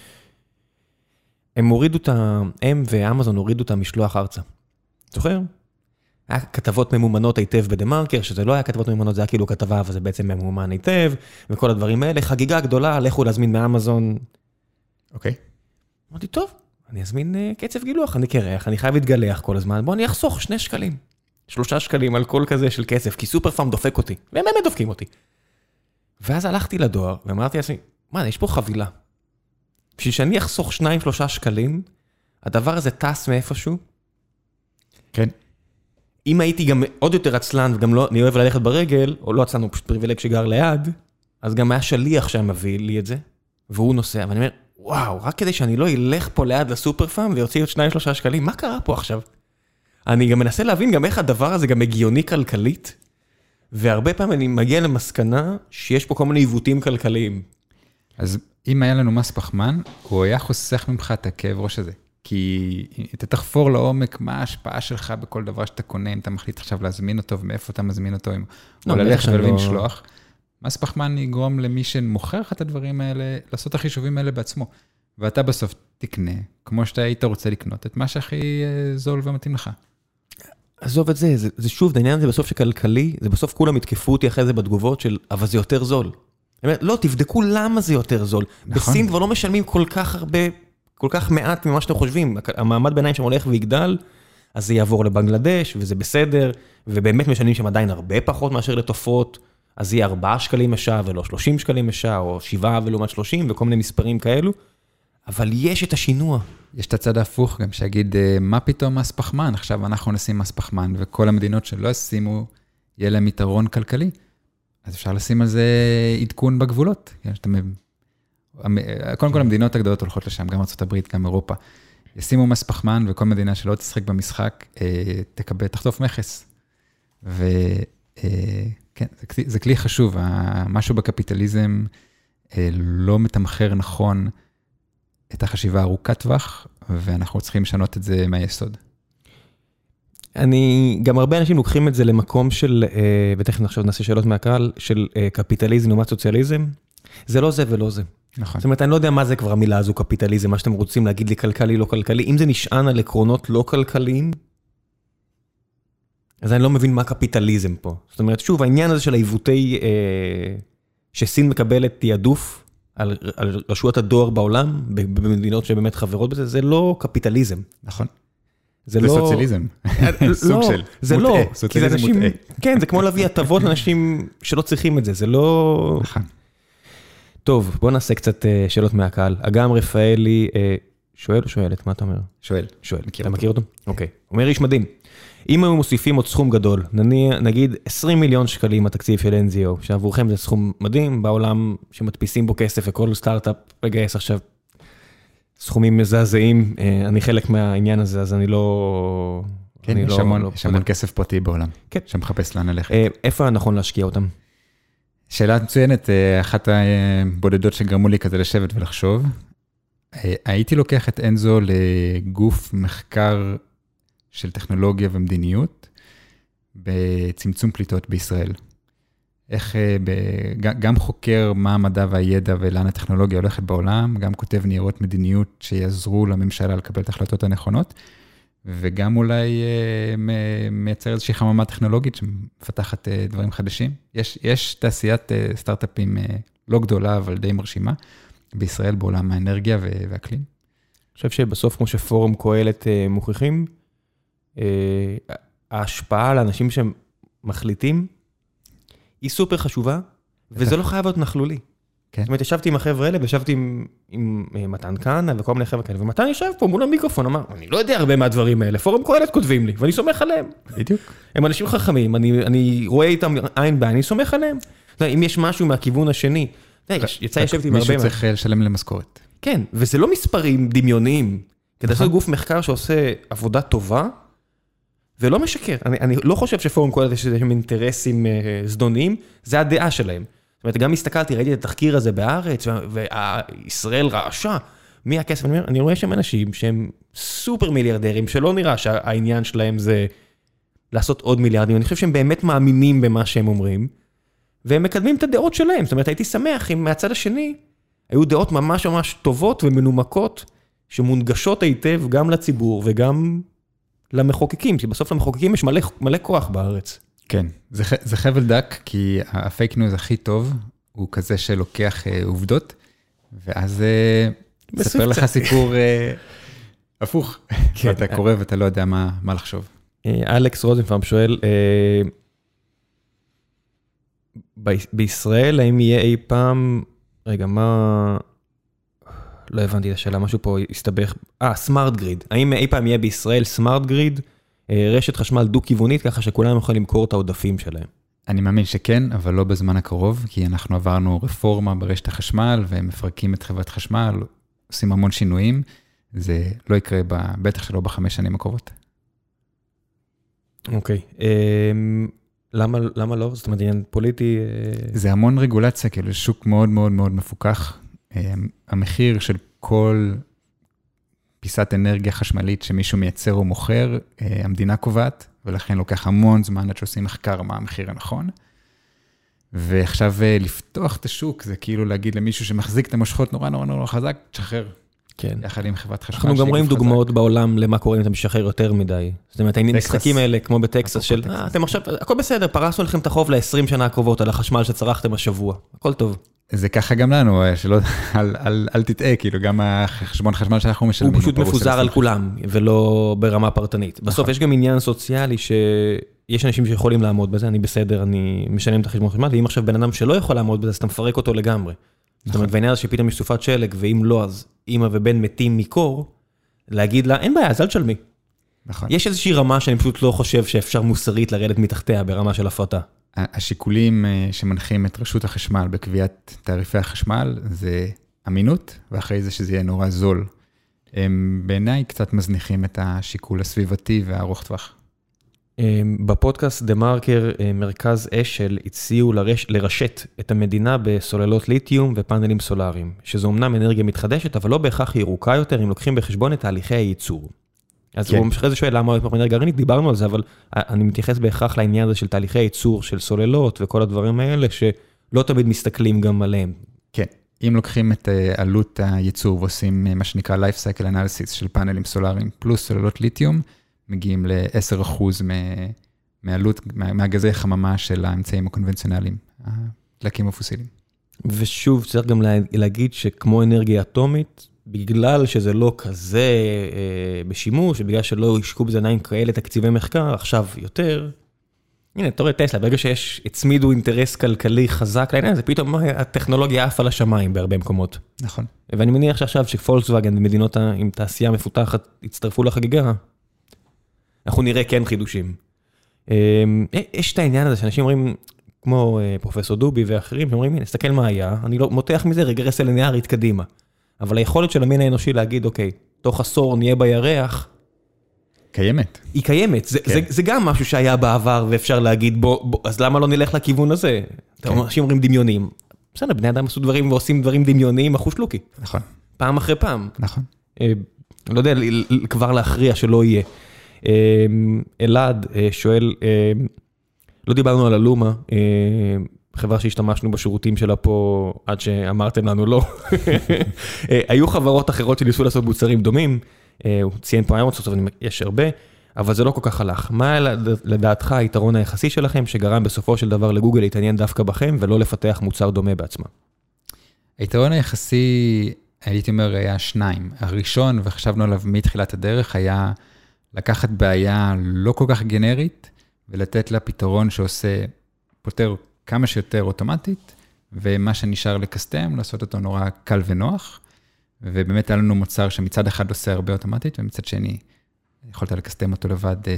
הם הורידו את ה... הם ואמזון הורידו את המשלוח ארצה. זוכר? היה כתבות ממומנות היטב בדה-מרקר, שזה לא היה כתבות ממומנות, זה היה כאילו כתבה, אבל זה בעצם ממומן היטב, וכל הדברים האלה, חגיגה גדולה, לכו להזמין מאמזון. אוקיי. אמרתי, טוב, אני אזמין קצב גילוח, אני קרח, אני חייב להתגלח כל הזמן, בוא אני אחסוך שני שקלים, שלושה שקלים על כל כזה של קצב, כי סופר פארם דופק אותי, והם באמת דופקים אותי. ואז הלכתי לדואר, ואמרתי לעצמי, מה, יש פה חבילה. בשביל שאני אחסוך שניים, שלושה שקלים, הדבר הזה טס מאיפשהו. כן. אם הייתי גם עוד יותר עצלן, וגם לא, אני אוהב ללכת ברגל, או לא עצלן, הוא פשוט פריבילג שגר ליד, אז גם היה שליח שהיה מביא לי את זה, והוא נוסע, ואני אומר, וואו, רק כדי שאני לא אלך פה ליד לסופר פארם, ויוציא עוד שניים, שלושה שקלים, מה קרה פה עכשיו? אני גם מנסה להבין גם איך הדבר הזה גם הגיוני כלכלית, והרבה פעמים אני מגיע למסקנה שיש פה כל מיני עיוותים כלכליים. אז אם היה לנו מס פחמן, הוא היה חוסך ממך את הכאב ראש הזה. כי אתה תחפור לעומק מה ההשפעה שלך בכל דבר שאתה קונה, אם אתה מחליט עכשיו להזמין אותו, ומאיפה אתה מזמין אותו, או ללכת ולהביא משלוח. מס פחמן יגרום למי שמוכר לך את הדברים האלה, לעשות את החישובים האלה בעצמו. ואתה בסוף תקנה, כמו שאתה היית רוצה לקנות, את מה שהכי זול ומתאים לך. עזוב את זה, זה, זה שוב, העניין הזה בסוף שכלכלי, זה בסוף כולם התקפו אותי אחרי זה בתגובות של, אבל זה יותר זול. לא, תבדקו למה זה יותר זול. נכון. בסין כבר לא משלמים כל כך הרבה, כל כך מעט ממה שאתם חושבים. המעמד ביניים שם הולך ויגדל, אז זה יעבור לבנגלדש, וזה בסדר, ובאמת משלמים שם עדיין הרבה פחות מאשר לתופרות, אז יהיה ארבעה שקלים השעה ולא שלושים שקלים השעה, או שבעה ולעומת שלושים, וכל מיני מספרים כאלו. אבל יש את השינוע. יש את הצד ההפוך גם, שיגיד, מה פתאום מס פחמן? עכשיו אנחנו נשים מס פחמן, וכל המדינות שלא ישימו, יהיה להם יתרון כלכלי. אז אפשר לשים על זה עדכון בגבולות. קודם כל, המדינות הגדולות הולכות לשם, גם ארצות הברית, גם אירופה. ישימו מס פחמן, וכל מדינה שלא תשחק במשחק, תקבל, תחטוף מכס. וכן, זה כלי חשוב. משהו בקפיטליזם לא מתמחר נכון את החשיבה ארוכת טווח, ואנחנו צריכים לשנות את זה מהיסוד. אני, גם הרבה אנשים לוקחים את זה למקום של, ותכף נחשוב נעשה שאלות מהקהל, של קפיטליזם לעומת סוציאליזם. זה לא זה ולא זה. נכון. זאת אומרת, אני לא יודע מה זה כבר המילה הזו, קפיטליזם, מה שאתם רוצים להגיד לי כלכלי, לא כלכלי. אם זה נשען על עקרונות לא כלכליים, אז אני לא מבין מה קפיטליזם פה. זאת אומרת, שוב, העניין הזה של העיוותי, שסין מקבלת תיעדוף, על, על רשויות הדואר בעולם, במדינות שבאמת חברות בזה, זה לא קפיטליזם. נכון. זה, זה לא... סוציאליזם. סוג של. זה מוטעה. לא. סוציאליזם אנשים... מוטעה. כן, זה כמו להביא הטבות לאנשים שלא צריכים את זה. זה לא... נכון. טוב, בוא נעשה קצת שאלות מהקהל. אגם רפאלי, שואל או שואלת? מה אתה אומר? שואל. שואל. אתה מכיר אותו? אוקיי. אומר איש מדהים. אם היו מוסיפים עוד סכום גדול, נגיד עשרים מיליון שקלים התקציב של אן זי או, שעבורכם זה סכום מדהים, בעולם שמדפיסים בו כסף וכל סטארט-אפ מגייס עכשיו סכומים מזעזעים, אני חלק מהעניין הזה, אז אני לא... כן, יש המון כסף פרטי בעולם, שמחפש לאן ללכת. איפה נכון להשקיע אותם? שאלה מצוינת, אחת הבודדות שגרמו לי כזה לשבת ולחשוב. הייתי לוקח את אנזו לגוף מחקר של טכנולוגיה ומדיניות, בצמצום פליטות בישראל. איך, גם חוקר מה המדע והידע ולאן הטכנולוגיה הולכת בעולם, גם כותב ניירות מדיניות שיעזרו לממשלה לקבל את ההחלטות הנכונות, וגם אולי מייצר איזושהי חממה טכנולוגית שמפתחת דברים חדשים. יש, יש תעשיית סטארט-אפים לא גדולה, אבל די מרשימה, בישראל בעולם האנרגיה והאקלים. אני חושב שבסוף, כמו שפורום קהלת מוכיחים, ההשפעה על האנשים שמחליטים היא סופר חשובה, וזה לא חייב להיות נכלולי. זאת אומרת, ישבתי עם החבר'ה האלה, וישבתי עם מתן כהנא וכל מיני חבר'ה כאלה, ומתן ישב פה מול המיקרופון, אמר, אני לא יודע הרבה מהדברים האלה, פורום קהלת כותבים לי, ואני סומך עליהם. בדיוק. הם אנשים חכמים, אני רואה איתם עין בעין, אני סומך עליהם. אם יש משהו מהכיוון השני, יצא ישבתי עם הרבה... מישהו צריך לשלם למשכורת. כן, וזה לא מספרים דמיוניים, כדי לעשות גוף מחקר שעושה עבודה טובה, ולא משקר. אני, אני לא חושב שפורום קהלת יש איזשהם אינטרסים זדוניים, זה הדעה שלהם. זאת אומרת, גם הסתכלתי, ראיתי את התחקיר הזה בארץ, וישראל רעשה, מי הכסף? אני, אני רואה שם אנשים שהם סופר מיליארדרים, שלא נראה שהעניין שלהם זה לעשות עוד מיליארדים. אני חושב שהם באמת מאמינים במה שהם אומרים, והם מקדמים את הדעות שלהם. זאת אומרת, הייתי שמח אם מהצד השני, היו דעות ממש ממש טובות ומנומקות, שמונגשות היטב גם לציבור וגם למחוקקים, כי בסוף למחוקקים יש מלא, מלא כוח בארץ. כן, זה, זה חבל דק, כי הפייק ניוז הכי טוב הוא כזה שלוקח אה, עובדות, ואז אה, מספר לך סיפור אה, הפוך. כן. אתה קורא ואתה לא יודע מה, מה לחשוב. אה, אלכס רוזנפלם שואל, אה, ב- בישראל האם יהיה אי פעם, רגע, מה... לא הבנתי את השאלה, משהו פה הסתבך. אה, סמארט גריד. האם אי פעם יהיה בישראל סמארט גריד, רשת חשמל דו-כיוונית, ככה שכולם יכולים למכור את העודפים שלהם? אני מאמין שכן, אבל לא בזמן הקרוב, כי אנחנו עברנו רפורמה ברשת החשמל, ומפרקים את חברת חשמל, עושים המון שינויים. זה לא יקרה, ב, בטח שלא בחמש שנים הקרובות. אוקיי. למה, למה לא? זאת אומרת, עניין פוליטי... זה המון רגולציה, כאילו, שוק מאוד מאוד מאוד מפוקח. המחיר של כל פיסת אנרגיה חשמלית שמישהו מייצר או מוכר, המדינה קובעת, ולכן לוקח המון זמן עד שעושים מחקר מה המחיר הנכון. ועכשיו לפתוח את השוק, זה כאילו להגיד למישהו שמחזיק את המושכות נורא נורא נורא חזק, תשחרר. כן. יחד עם חברת חשמל. אנחנו גם רואים דוגמאות בעולם למה קורה אם אתה משחרר יותר מדי. זאת אומרת, המשחקים האלה, כמו בטקסס, של, אה, אתם עכשיו, הכל בסדר, פרסנו לכם את החוב ל-עשרים שנה הקרובות על החשמל שצרכתם השבוע. הכל טוב. זה ככה גם לנו, שלא, אל, אל, אל תטעה, כאילו, גם החשבון חשמל שאנחנו משלמים. הוא פשוט מפוזר על כולם, ולא ברמה פרטנית. בסוף יש גם עניין סוציאלי שיש אנשים שיכולים לעמוד בזה, אני בסדר, אני משלם את החשבון חשמל, ואם עכשיו בן אדם שלא יכול לעמוד בזה, אז אתה מפרק אותו לגמרי. זאת אומרת, והעניין הזה שפתאום יש סופת שלג, ואם לא, אז אמא ובן מתים מקור, להגיד לה, אין בעיה, אז אל תשלמי. נכון. יש איזושהי רמה שאני פשוט לא חושב שאפשר מוסרית לרדת מתחתיה ברמה של הפרטה. השיקולים שמנחים את רשות החשמל בקביעת תעריפי החשמל, זה אמינות, ואחרי זה שזה יהיה נורא זול. הם בעיניי קצת מזניחים את השיקול הסביבתי והארוך טווח. בפודקאסט דה מרקר, מרכז אשל הציעו לרש, לרשת את המדינה בסוללות ליתיום ופאנלים סולאריים, שזו אמנם אנרגיה מתחדשת, אבל לא בהכרח ירוקה יותר, אם לוקחים בחשבון את תהליכי הייצור. אז הוא אחרי זה שואל למה עוד פעם אנרגיה גרעינית, דיברנו על זה, אבל אני מתייחס בהכרח לעניין הזה של תהליכי הייצור, של סוללות וכל הדברים האלה, שלא תמיד מסתכלים גם עליהם. כן, אם לוקחים את עלות הייצור ועושים מה שנקרא life cycle analysis של פאנלים סולאריים פלוס סוללות ליתיום, מגיעים ל-עשרה אחוז מעלות, מהגזי חממה של האמצעים הקונבנציונליים, הדלקים הפוסיליים. ושוב, צריך גם להגיד שכמו אנרגיה אטומית, בגלל שזה לא כזה אה, בשימוש, ובגלל שלא ישקו בזה עיניים כאלה תקציבי מחקר, עכשיו יותר, הנה, אתה רואה טסלה, ברגע שיש, הצמידו אינטרס כלכלי חזק לעניין, זה פתאום הטכנולוגיה עפה לשמיים בהרבה מקומות. נכון. ואני מניח שעכשיו שפולקסווגן במדינות עם תעשייה מפותחת יצטרפו לחגיגה, אנחנו נראה כן חידושים. אה, יש את העניין הזה שאנשים אומרים, כמו אה, פרופסור דובי ואחרים, שאומרים, הנה, תסתכל מה היה, אני לא מותח מזה רגרסיה ליניארית קדימה. אבל היכולת של המין האנושי להגיד, אוקיי, תוך עשור נהיה בירח, קיימת. היא קיימת. זה, כן. זה, זה גם משהו שהיה בעבר, ואפשר להגיד, בוא, בוא, אז למה לא נלך לכיוון הזה? כן. אנשים אומרים דמיונים. בסדר, בני אדם עשו דברים ועושים דברים דמיוניים, אחוש לוקי. נכון. פעם אחרי פעם. נכון. אה, לא יודע, כבר להכריע שלא יהיה. אה, אלעד אה, שואל, אה, לא דיברנו על הלומה, אה, חברה שהשתמשנו בשירותים שלה פה, עד שאמרתם לנו לא. היו חברות אחרות שניסו לעשות מוצרים דומים, הוא ציין פה היום, יש הרבה, אבל זה לא כל כך הלך. מה לדעתך היתרון היחסי שלכם, שגרם בסופו של דבר לגוגל להתעניין דווקא בכם, ולא לפתח מוצר דומה בעצמה? היתרון היחסי, הייתי אומר, היה שניים. הראשון, וחשבנו עליו מתחילת הדרך, היה לקחת בעיה לא כל כך גנרית, ולתת לה פתרון שעושה, פותר כמה שיותר אוטומטית, ומה שנשאר לקסטם, לעשות אותו נורא קל ונוח, ובאמת היה לנו מוצר שמצד אחד עושה הרבה אוטומטית, ומצד שני יכולת לקסטם אותו לבד אה,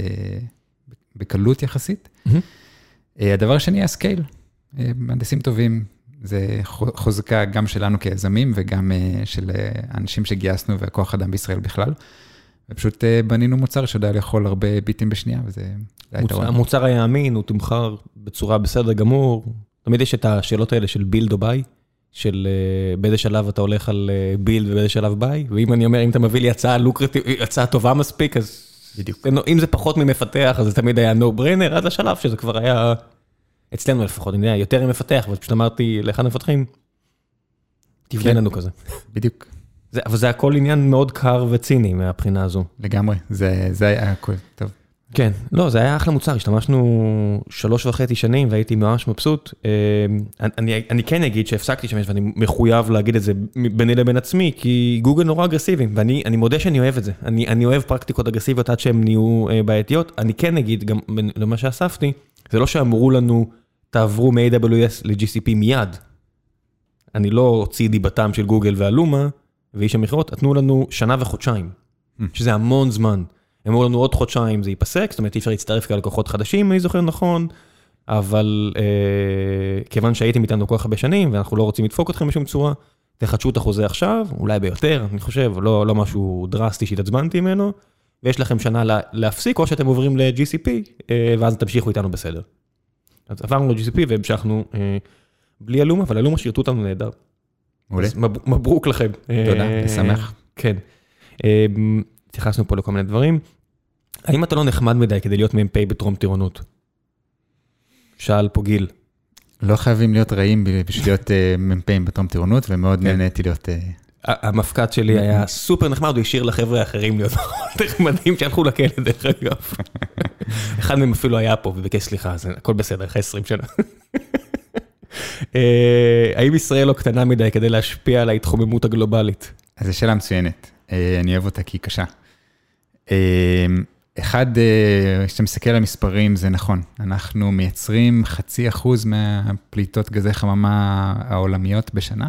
בקלות יחסית. Mm-hmm. הדבר השני היה סקייל, אה, מהנדסים טובים, זה חוזקה גם שלנו כיזמים, וגם אה, של האנשים שגייסנו, והכוח אדם בישראל בכלל, ופשוט אה, בנינו מוצר שיודע לאכול הרבה ביטים בשנייה, וזה... מוצר, המוצר היה אמין, הוא תומחר בצורה בסדר גמור. תמיד יש את השאלות האלה של בילד או ביי, של באיזה שלב אתה הולך על בילד ובאיזה שלב ביי, ואם אני אומר, אם אתה מביא לי הצעה לוקרטיב, הצעה טובה מספיק, אז בדיוק. אם זה פחות ממפתח, אז זה תמיד היה no brainer, עד לשלב שזה כבר היה, אצלנו לפחות, אני יודע, יותר עם מפתח, אבל פשוט אמרתי לאחד המפתחים, תבנה לנו כזה. בדיוק. אבל זה הכל עניין מאוד קר וציני מהבחינה הזו. לגמרי, זה היה הכל טוב. כן, לא, זה היה אחלה מוצר, השתמשנו שלוש וחצי שנים והייתי ממש מבסוט. אני, אני כן אגיד שהפסקתי לשמש ואני מחויב להגיד את זה ביני לבין עצמי, כי גוגל נורא אגרסיביים, ואני אני מודה שאני אוהב את זה. אני, אני אוהב פרקטיקות אגרסיביות עד שהן נהיו בעייתיות. אני כן אגיד, גם למה שאספתי, זה לא שאמרו לנו, תעברו מ-איי דאבליו אס ל-ג'י סי פי מיד. אני לא הוציא דיבתם של גוגל והלומה, ואיש המכירות, נתנו לנו שנה וחודשיים, שזה המון זמן. הם אמרו לנו עוד חודשיים זה ייפסק, זאת אומרת, אי אפשר להצטרף כלקוחות חדשים, אני זוכר נכון, אבל אה, כיוון שהייתם איתנו כל כך הרבה שנים, ואנחנו לא רוצים לדפוק אתכם בשום צורה, תחדשו את החוזה עכשיו, אולי ביותר, אני חושב, לא, לא משהו דרסטי שהתעצבנתי ממנו, ויש לכם שנה לה, להפסיק, או שאתם עוברים ל-ג'י סי פי, אה, ואז תמשיכו איתנו בסדר. אז עברנו ל-ג'י סי פי והמשכנו אה, בלי אלומה, אבל אלומה שירתו אותנו נהדר. מעולה. מברוק לכם. תודה, אני שמח. כן. התייחסנו פה לכל מיני דברים. האם אתה לא נחמד מדי כדי להיות מ"פ בטרום טירונות? שאל פה גיל. לא חייבים להיות רעים בשביל להיות מ"פים בטרום טירונות, ומאוד נהניתי להיות... המפקד שלי היה סופר נחמד, הוא השאיר לחבר'ה האחרים להיות נחמדים שהלכו לכלא דרך אגב. אחד מהם אפילו היה פה וביקש סליחה, אז הכל בסדר, אחרי עשרים שנה. האם ישראל לא קטנה מדי כדי להשפיע על ההתחוממות הגלובלית? אז זו שאלה מצוינת. אני אוהב אותה כי היא קשה. אחד, כשאתה מסתכל על המספרים, זה נכון. אנחנו מייצרים חצי אחוז מהפליטות גזי חממה העולמיות בשנה,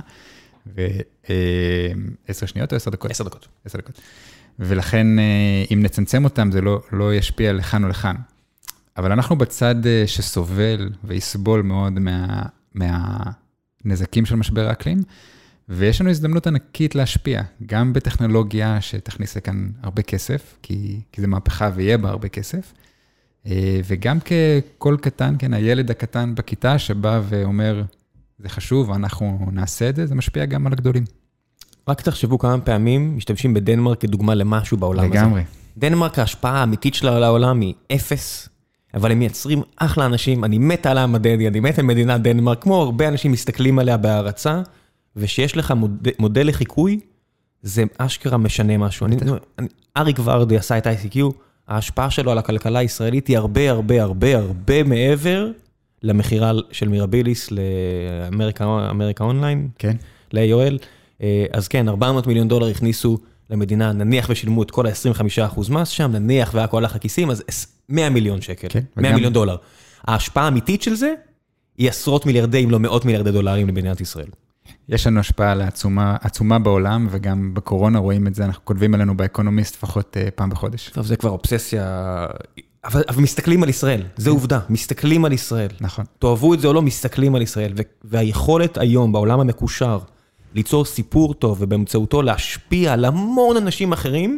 ועשר שניות או עשר דקות? עשר דקות. עשר דקות. ולכן, אם נצמצם אותם, זה לא, לא ישפיע לכאן או לכאן. אבל אנחנו בצד שסובל ויסבול מאוד מה, מהנזקים של משבר האקלים, ויש לנו הזדמנות ענקית להשפיע, גם בטכנולוגיה שתכניס לכאן הרבה כסף, כי, כי זה מהפכה ויהיה בה הרבה כסף, וגם ככל קטן, כן, הילד הקטן בכיתה שבא ואומר, זה חשוב, אנחנו נעשה את זה, זה משפיע גם על הגדולים. רק תחשבו כמה פעמים משתמשים בדנמרק כדוגמה למשהו בעולם הזה. לגמרי. דנמרק, ההשפעה האמיתית שלה על העולם היא אפס, אבל הם מייצרים אחלה אנשים, אני מת על העם הדני, אני מת על מדינת דנמרק, כמו הרבה אנשים מסתכלים עליה בהערצה, ושיש לך מודל, מודל לחיקוי, זה אשכרה משנה משהו. אני, אני, אריק ורדי עשה את איי סי קיו, ההשפעה שלו על הכלכלה הישראלית היא הרבה הרבה הרבה הרבה מעבר למחירה של מירביליס לאמריקה אמריקה אונליין, כן. ל-איי או אל. אז כן, ארבע מאות מיליון דולר הכניסו למדינה, נניח ושילמו את כל ה-עשרים וחמישה אחוז מס שם, נניח והכל הלך הכיסים, אז מאה מיליון שקל, כן, מאה וגם... מיליון דולר. ההשפעה האמיתית של זה היא עשרות מיליארדי, אם לא מאות מיליארדי דולרים למדינת ישראל. יש לנו השפעה לעצומה, עצומה בעולם, וגם בקורונה רואים את זה, אנחנו כותבים עלינו באקונומיסט לפחות פעם בחודש. טוב, זה כבר אובססיה, אבל, אבל מסתכלים על ישראל, זה עובדה, מסתכלים על ישראל. נכון. תאהבו את זה או לא, מסתכלים על ישראל, והיכולת היום בעולם המקושר, ליצור סיפור טוב, ובאמצעותו להשפיע על המון אנשים אחרים,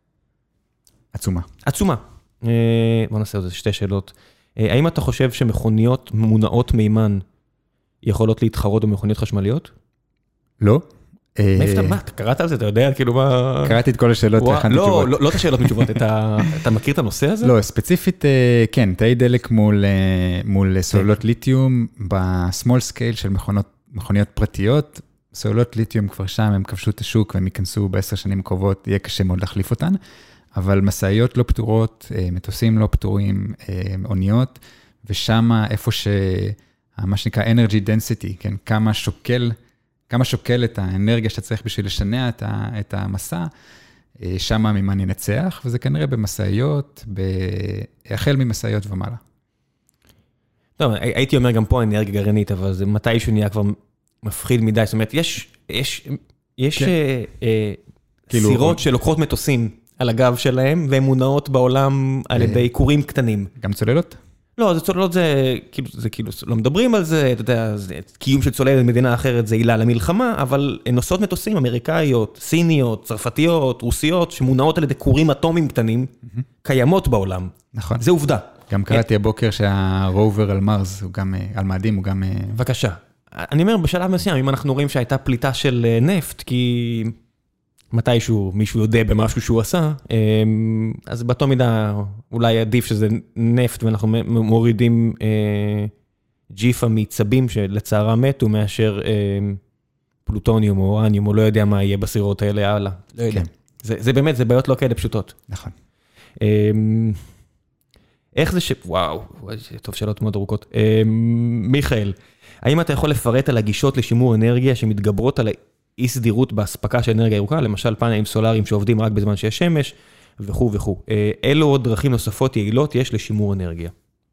עצומה. עצומה. בוא נעשה עוד שתי שאלות. האם אתה חושב שמכוניות מונעות מימן, יכולות להתחרות במכוניות חשמליות? לא. מאיפה, מה, אתה קראת על זה? אתה יודע כאילו מה... קראתי את כל השאלות והכנתי תשובות. לא, לא את השאלות מתשובות, אתה מכיר את הנושא הזה? לא, ספציפית, כן, תאי דלק מול סוללות ליתיום, בסמול סקייל של מכוניות פרטיות, סוללות ליתיום כבר שם, הם כבשו את השוק, והם ייכנסו בעשר שנים הקרובות, יהיה קשה מאוד להחליף אותן, אבל מסעיות לא פתורות, מטוסים לא פתורים, אוניות, ושם איפה ש... מה שנקרא energy density, כן? כמה שוקל, כמה שוקל את האנרגיה שאתה צריך בשביל לשנע את, ה, את המסע, שם מימן ינצח, וזה כנראה במסעיות, החל ממסעיות ומעלה. טוב, הייתי אומר גם פה אנרגיה גרעינית, אבל זה מתישהו נהיה כבר מפחיד מדי, זאת אומרת, יש, יש, יש כן. אה, אה, כאילו, סירות שלוקחות מטוסים על הגב שלהם, והן מונעות בעולם על ידי קורים קטנים. גם צוללות? לא, זה צוללות זה, כאילו, זה כאילו, לא מדברים על זה, אתה יודע, זה, קיום של צוללת במדינה אחרת זה עילה למלחמה, אבל הן נוסעות מטוסים אמריקאיות, סיניות, צרפתיות, רוסיות, שמונעות על ידי קורים אטומיים קטנים, mm-hmm. קיימות בעולם. נכון. זה עובדה. גם קראתי הבוקר שהרובר על מרס, הוא גם, על מאדים, הוא גם... בבקשה. אני אומר, בשלב מסוים, אם אנחנו רואים שהייתה פליטה של נפט, כי מתישהו מישהו יודע במשהו שהוא עשה, אז באותו מידה אולי עדיף שזה נפט, ואנחנו מורידים ג'יפה מצבים שלצערה מתו, מאשר פלוטוניום או אורניום, או לא יודע מה יהיה בסירות האלה, הלאה. לא יודע. זה, זה באמת, זה בעיות לא כאלה פשוטות. נכון. איך זה ש... וואו, טוב, שאלות מאוד ארוכות. מיכאל, האם אתה יכול לפרט על הגישות לשימור אנרגיה שמתגברות על אי סדירות בהספקה של אנרגיה ירוקה, למשל פאנלים סולאריים שעובדים רק בזמן שיש שמש, וכו' וכו'. אילו עוד דרכים נוספות יעילות יש לשימור אנרגיה?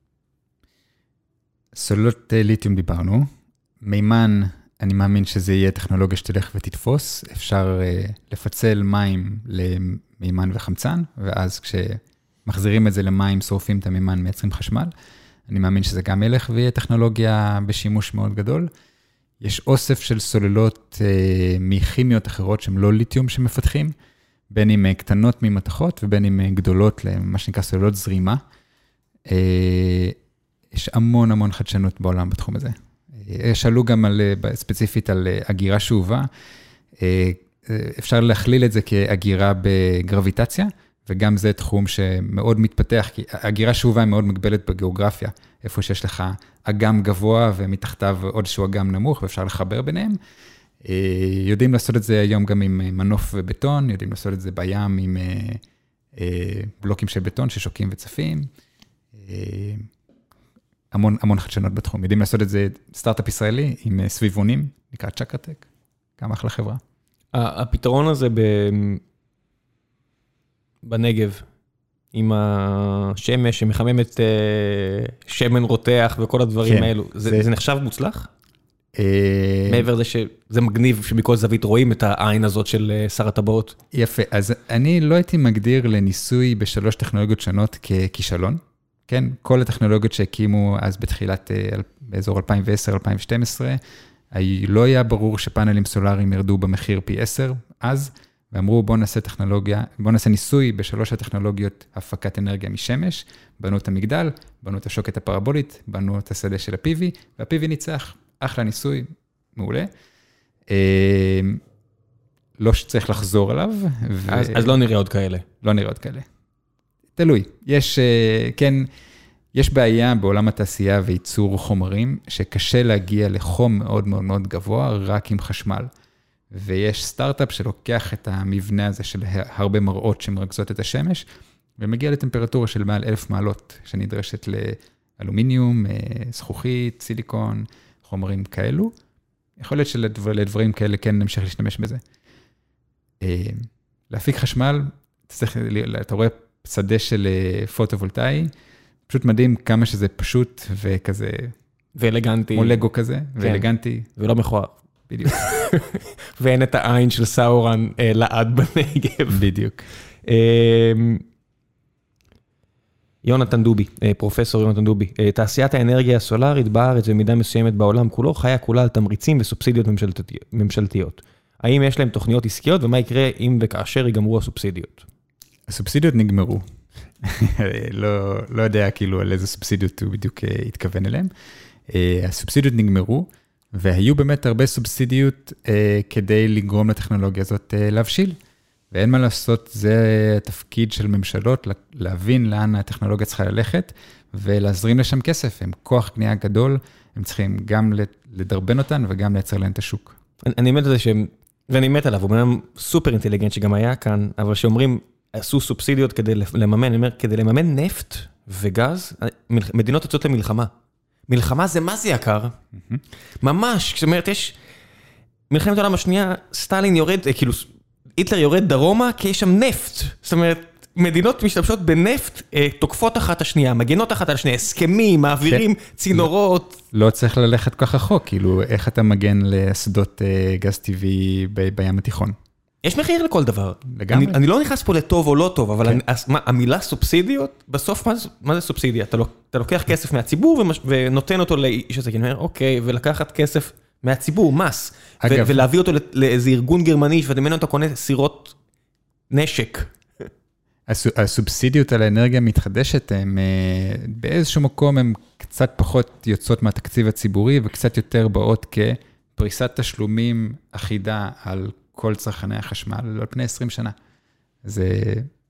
סוללות ליתיום דיברנו. מימן, אני מאמין שזה יהיה טכנולוגיה שתלך ותתפוס. אפשר לפצל מים למימן וחמצן, ואז כשמחזירים את זה למים, שורפים את המימן, מייצרים חשמל. אני מאמין שזה גם ילך ויהיה טכנולוגיה בשימוש מאוד גדול. יש אוסף של סוללות אה, מכימיות אחרות שהן לא ליתיום שמפתחים, בין אם קטנות ממתכות ובין אם גדולות למה שנקרא סוללות זרימה. אה, יש המון המון חדשנות בעולם בתחום הזה. אה, שאלו גם על, ספציפית על אגירה שאובה, אה, אפשר להכליל את זה כאגירה בגרביטציה, וגם זה תחום שמאוד מתפתח, כי אגירה שאובה היא מאוד מגבלת בגיאוגרפיה, איפה שיש לך אגם גבוה ומתחתיו עוד שהוא אגם נמוך, ואפשר לחבר ביניהם. יודעים לעשות את זה היום גם עם מנוף ובטון, יודעים לעשות את זה בים עם בלוקים של בטון ששוקים וצפים. המון, המון חדשנות בתחום. יודעים לעשות את זה סטארט-אפ ישראלי עם סביבונים, נקרא צ'קרטק, גם אחלה חברה. הפתרון הזה ב... בנגב, עם השמש שמחממת שמן רותח וכל הדברים כן, האלו, זה, זה... זה נחשב מוצלח? מעבר לזה שזה מגניב שמכל זווית רואים את העין הזאת של שר הטבעות. יפה, אז אני לא הייתי מגדיר לניסוי בשלוש טכנולוגיות שונות ככישלון, כן? כל הטכנולוגיות שהקימו אז בתחילת, באזור אלפיים ועשר אלפיים ושתים עשרה, לא היה ברור שפאנלים סולאריים ירדו במחיר פי עשר אז, ואמרו בואו נעשה טכנולוגיה, בואו נעשה ניסוי בשלוש הטכנולוגיות הפקת אנרגיה משמש, בנו את המגדל, בנו את השוקת הפרבולית, בנו את השדה של ה-פי וי, וה-פי וי ניצח, אחלה ניסוי, מעולה. לא שצריך לחזור עליו. אז, אז לא נראה עוד כאלה. לא נראה עוד כאלה. תלוי. יש, כן, יש בעיה בעולם התעשייה וייצור חומרים, שקשה להגיע לחום מאוד מאוד מאוד גבוה, רק עם חשמל. ויש סטארט-אפ שלוקח את המבנה הזה של הרבה מראות שמרכזות את השמש, ומגיע לטמפרטורה של מעל אלף מעלות, שנדרשת לאלומיניום, זכוכית, סיליקון, חומרים כאלו. יכול להיות שלדברים כאלה כן נמשיך להשתמש בזה. להפיק חשמל, אתה רואה שדה של פוטו-וולטאי, פשוט מדהים כמה שזה פשוט וכזה... ואלגנטי. כמו לגו כזה, ואלגנטי. ולא מכוער. בדיוק. ואין את העין של סאורן לעד בנגב. בדיוק. יונתן דובי, פרופסור יונתן דובי, תעשיית האנרגיה הסולארית בארץ במידה מסוימת בעולם כולו, חיה כולה על תמריצים וסובסידיות ממשלתיות. האם יש להם תוכניות עסקיות, ומה יקרה אם וכאשר ייגמרו הסובסידיות? הסובסידיות נגמרו. לא, לא יודע כאילו על איזה סובסידיות הוא בדיוק התכוון אליהם. הסובסידיות נגמרו, והיו באמת הרבה סובסידיות אה, כדי לגרום לטכנולוגיה הזאת אה, להבשיל. ואין מה לעשות, זה התפקיד של ממשלות, להבין לאן הטכנולוגיה צריכה ללכת, ולהזרים לשם כסף. הם כוח קנייה גדול, הם צריכים גם לדרבן אותן, וגם לייצר להם את השוק. אני, אני מת על זה שהם, ואני מת עליו, הוא אומר סופר אינטליגנט שגם היה כאן, אבל שאומרים, עשו סובסידיות כדי לממן, אני אומר, כדי לממן נפט וגז, מדינות יוצאות למלחמה. מלחמה זה מה זה יקר? ממש, זאת אומרת, יש... מלחמת העולם השנייה, סטלין יורד, כאילו, היטלר יורד דרומה, כי יש שם נפט. זאת אומרת, מדינות משתמשות בנפט, תוקפות אחת השנייה, מגנות אחת על השנייה, הסכמים, מעבירים צינורות. לא צריך ללכת כל כך רחוק, כאילו, איך אתה מגן לשדות גז טבעי בים התיכון? יש מחיר לכל דבר. לגמרי. אני, אני לא נכנס פה לטוב או לא טוב, אבל כן. אני, מה, המילה סובסידיות, בסוף מה, מה זה סובסידיה? אתה, לוק, אתה לוקח כסף מהציבור ומש, ונותן אותו לאיש הזה, כי אני אומר, אוקיי, ולקחת כסף מהציבור, מס, אגב, ו, ולהביא אותו לאיזה ארגון גרמני, וממנו אתה קונה סירות נשק. הסובסידיות על האנרגיה המתחדשת, הם באיזשהו מקום, הם קצת פחות יוצאות מהתקציב הציבורי, וקצת יותר באות כפריסת תשלומים אחידה על כל צרכני החשמל, לא על פני עשרים שנה. זה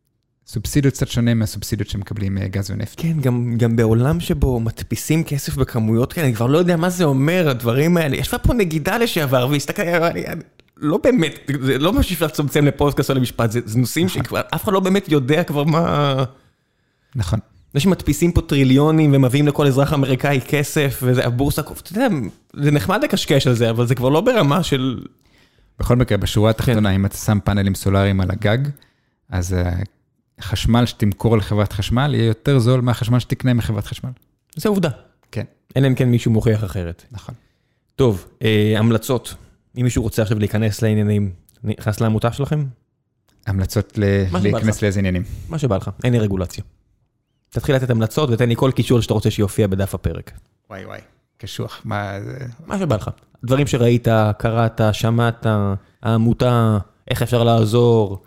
סובסידיות קצת שונה מהסובסידיות שמקבלים גז ונפט. כן, גם, גם בעולם שבו מדפיסים כסף בכמויות כאלה, אני כבר לא יודע מה זה אומר, הדברים האלה. ישבה פה נגידה לשעבר, והסתכל, אני, אני, לא באמת, זה לא משהו שאפשר לצמצם לפודקאסט או למשפט, זה, זה נושאים שכבר, אף אחד לא באמת יודע כבר מה... נכון. זה שמדפיסים פה טריליונים ומביאים לכל אזרח אמריקאי כסף, וזה הבורסה, אתה יודע, זה נחמד לקשקש על זה, אבל זה כבר לא ברמה של... בכל מקרה, בשורה התחתונה, אם אתה שם פאנלים סולאריים על הגג, אז החשמל שתמכור לחברת חשמל, יהיה יותר זול מהחשמל שתקנה מחברת חשמל. זה עובדה. כן. אין להם כן מישהו מוכיח אחרת. נכון. טוב, המלצות. אם מישהו רוצה עכשיו להיכנס לעניינים, נכנס לעמותה שלכם? המלצות להיכנס לאיזה עניינים. מה שבא לך, אין לי רגולציה. תתחיל לתת המלצות ותן לי כל קישור שאתה רוצה שיופיע בדף הפרק. וואי וואי, קשוח. מה זה? מה שבא לך. דברים שראית, קראת, שמעת, העמותה, איך אפשר לעזור.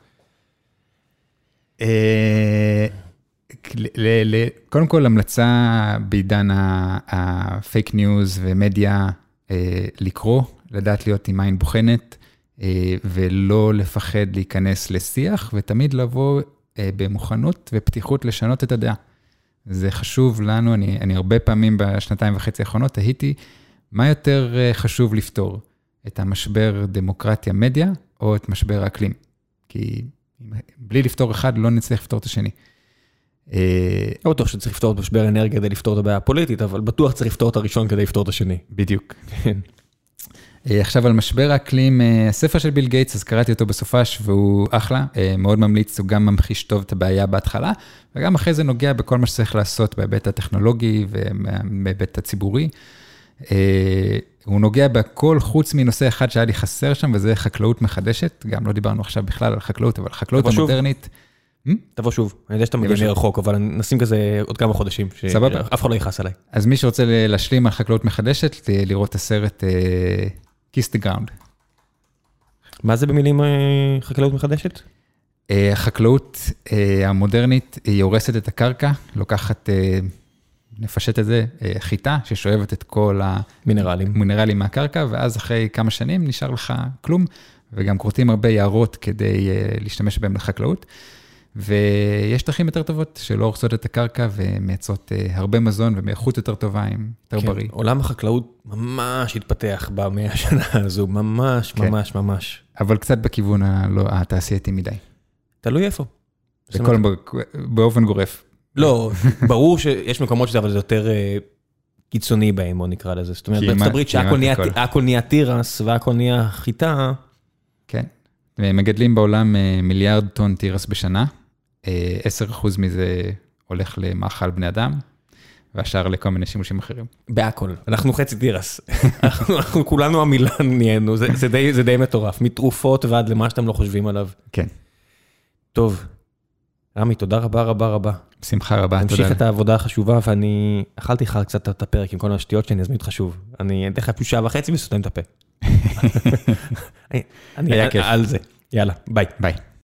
קודם כל, המלצה בעידן הפייק ניוז ומדיה, לקרוא, לדעת להיות עם עין בוחנת, ולא לפחד להיכנס לשיח, ותמיד לבוא במוכנות ופתיחות לשנות את הדעה. זה חשוב לנו, אני, אני הרבה פעמים בשנתיים וחצי האחרונות, תהיתי, מה יותר חשוב לפתור? את המשבר דמוקרטיה מדיה, או את משבר האקלים? כי בלי לפתור אחד, לא נצטרך לפתור את השני. לא בטוח שצריך לפתור את משבר אנרגיה כדי לפתור את הבעיה הפוליטית, אבל בטוח צריך לפתור את הראשון כדי לפתור את השני. בדיוק. עכשיו על משבר האקלים, הספר של ביל גייטס, אז קראתי אותו בסופש, והוא אחלה, מאוד ממליץ, הוא גם ממחיש טוב את הבעיה בהתחלה, וגם אחרי זה נוגע בכל מה שצריך לעשות בהיבט הטכנולוגי ובהיבט הציבורי. הוא נוגע בכל חוץ מנושא אחד שהיה לי חסר שם, וזה חקלאות מחדשת, גם לא דיברנו עכשיו בכלל על חקלאות, אבל חקלאות המודרנית. תבוא שוב, אני יודע שאתה מגיע מרחוק, אבל נשים כזה עוד כמה חודשים, שאף אחד לא יכעס עליי. אז מי שרוצה להשלים על חקלאות מחדשת, לראות את הסרט Kiss the Ground. מה זה במילים חקלאות מחדשת? החקלאות המודרנית היא הורסת את הקרקע, לוקחת, נפשט את זה, חיטה ששואבת את כל המינרלים מינרלים מהקרקע, ואז אחרי כמה שנים נשאר לך כלום, וגם כורתים הרבה יערות כדי להשתמש בהם לחקלאות, ויש דרכים יותר טובות שלא הורסות את הקרקע, ומייצרות הרבה מזון ומאיכות יותר טובה, יותר כן, בריא. עולם החקלאות ממש התפתח במאה השנה הזו, ממש, כן. ממש, ממש. אבל קצת בכיוון הלא, התעשייתי מדי. תלוי איפה. בכל, באופן גורף. לא, ברור שיש מקומות שזה, אבל זה יותר קיצוני בהם, בוא נקרא לזה. זאת אומרת, בארצות הברית שהכל נהיה תירס, והכל נהיה חיטה. כן. מגדלים בעולם מיליארד טון תירס בשנה, עשרה אחוז מזה הולך למאכל בני אדם, והשאר לכל מיני שימושים אחרים. בהכל. אנחנו חצי תירס. אנחנו כולנו המילה נהיינו, זה די, זה די מטורף. מתרופות ועד למה שאתם לא חושבים עליו. כן. טוב. רמי, תודה רבה רבה רבה. בשמחה רבה, תודה. תמשיך את העבודה החשובה, ואני אכלתי לך קצת את הפרק עם כל השטויות שאני אזמין אותך שוב. אני אתן לך פשוט שעה וחצי וסותם את הפה. היה כיף. על זה. יאללה, ביי. ביי.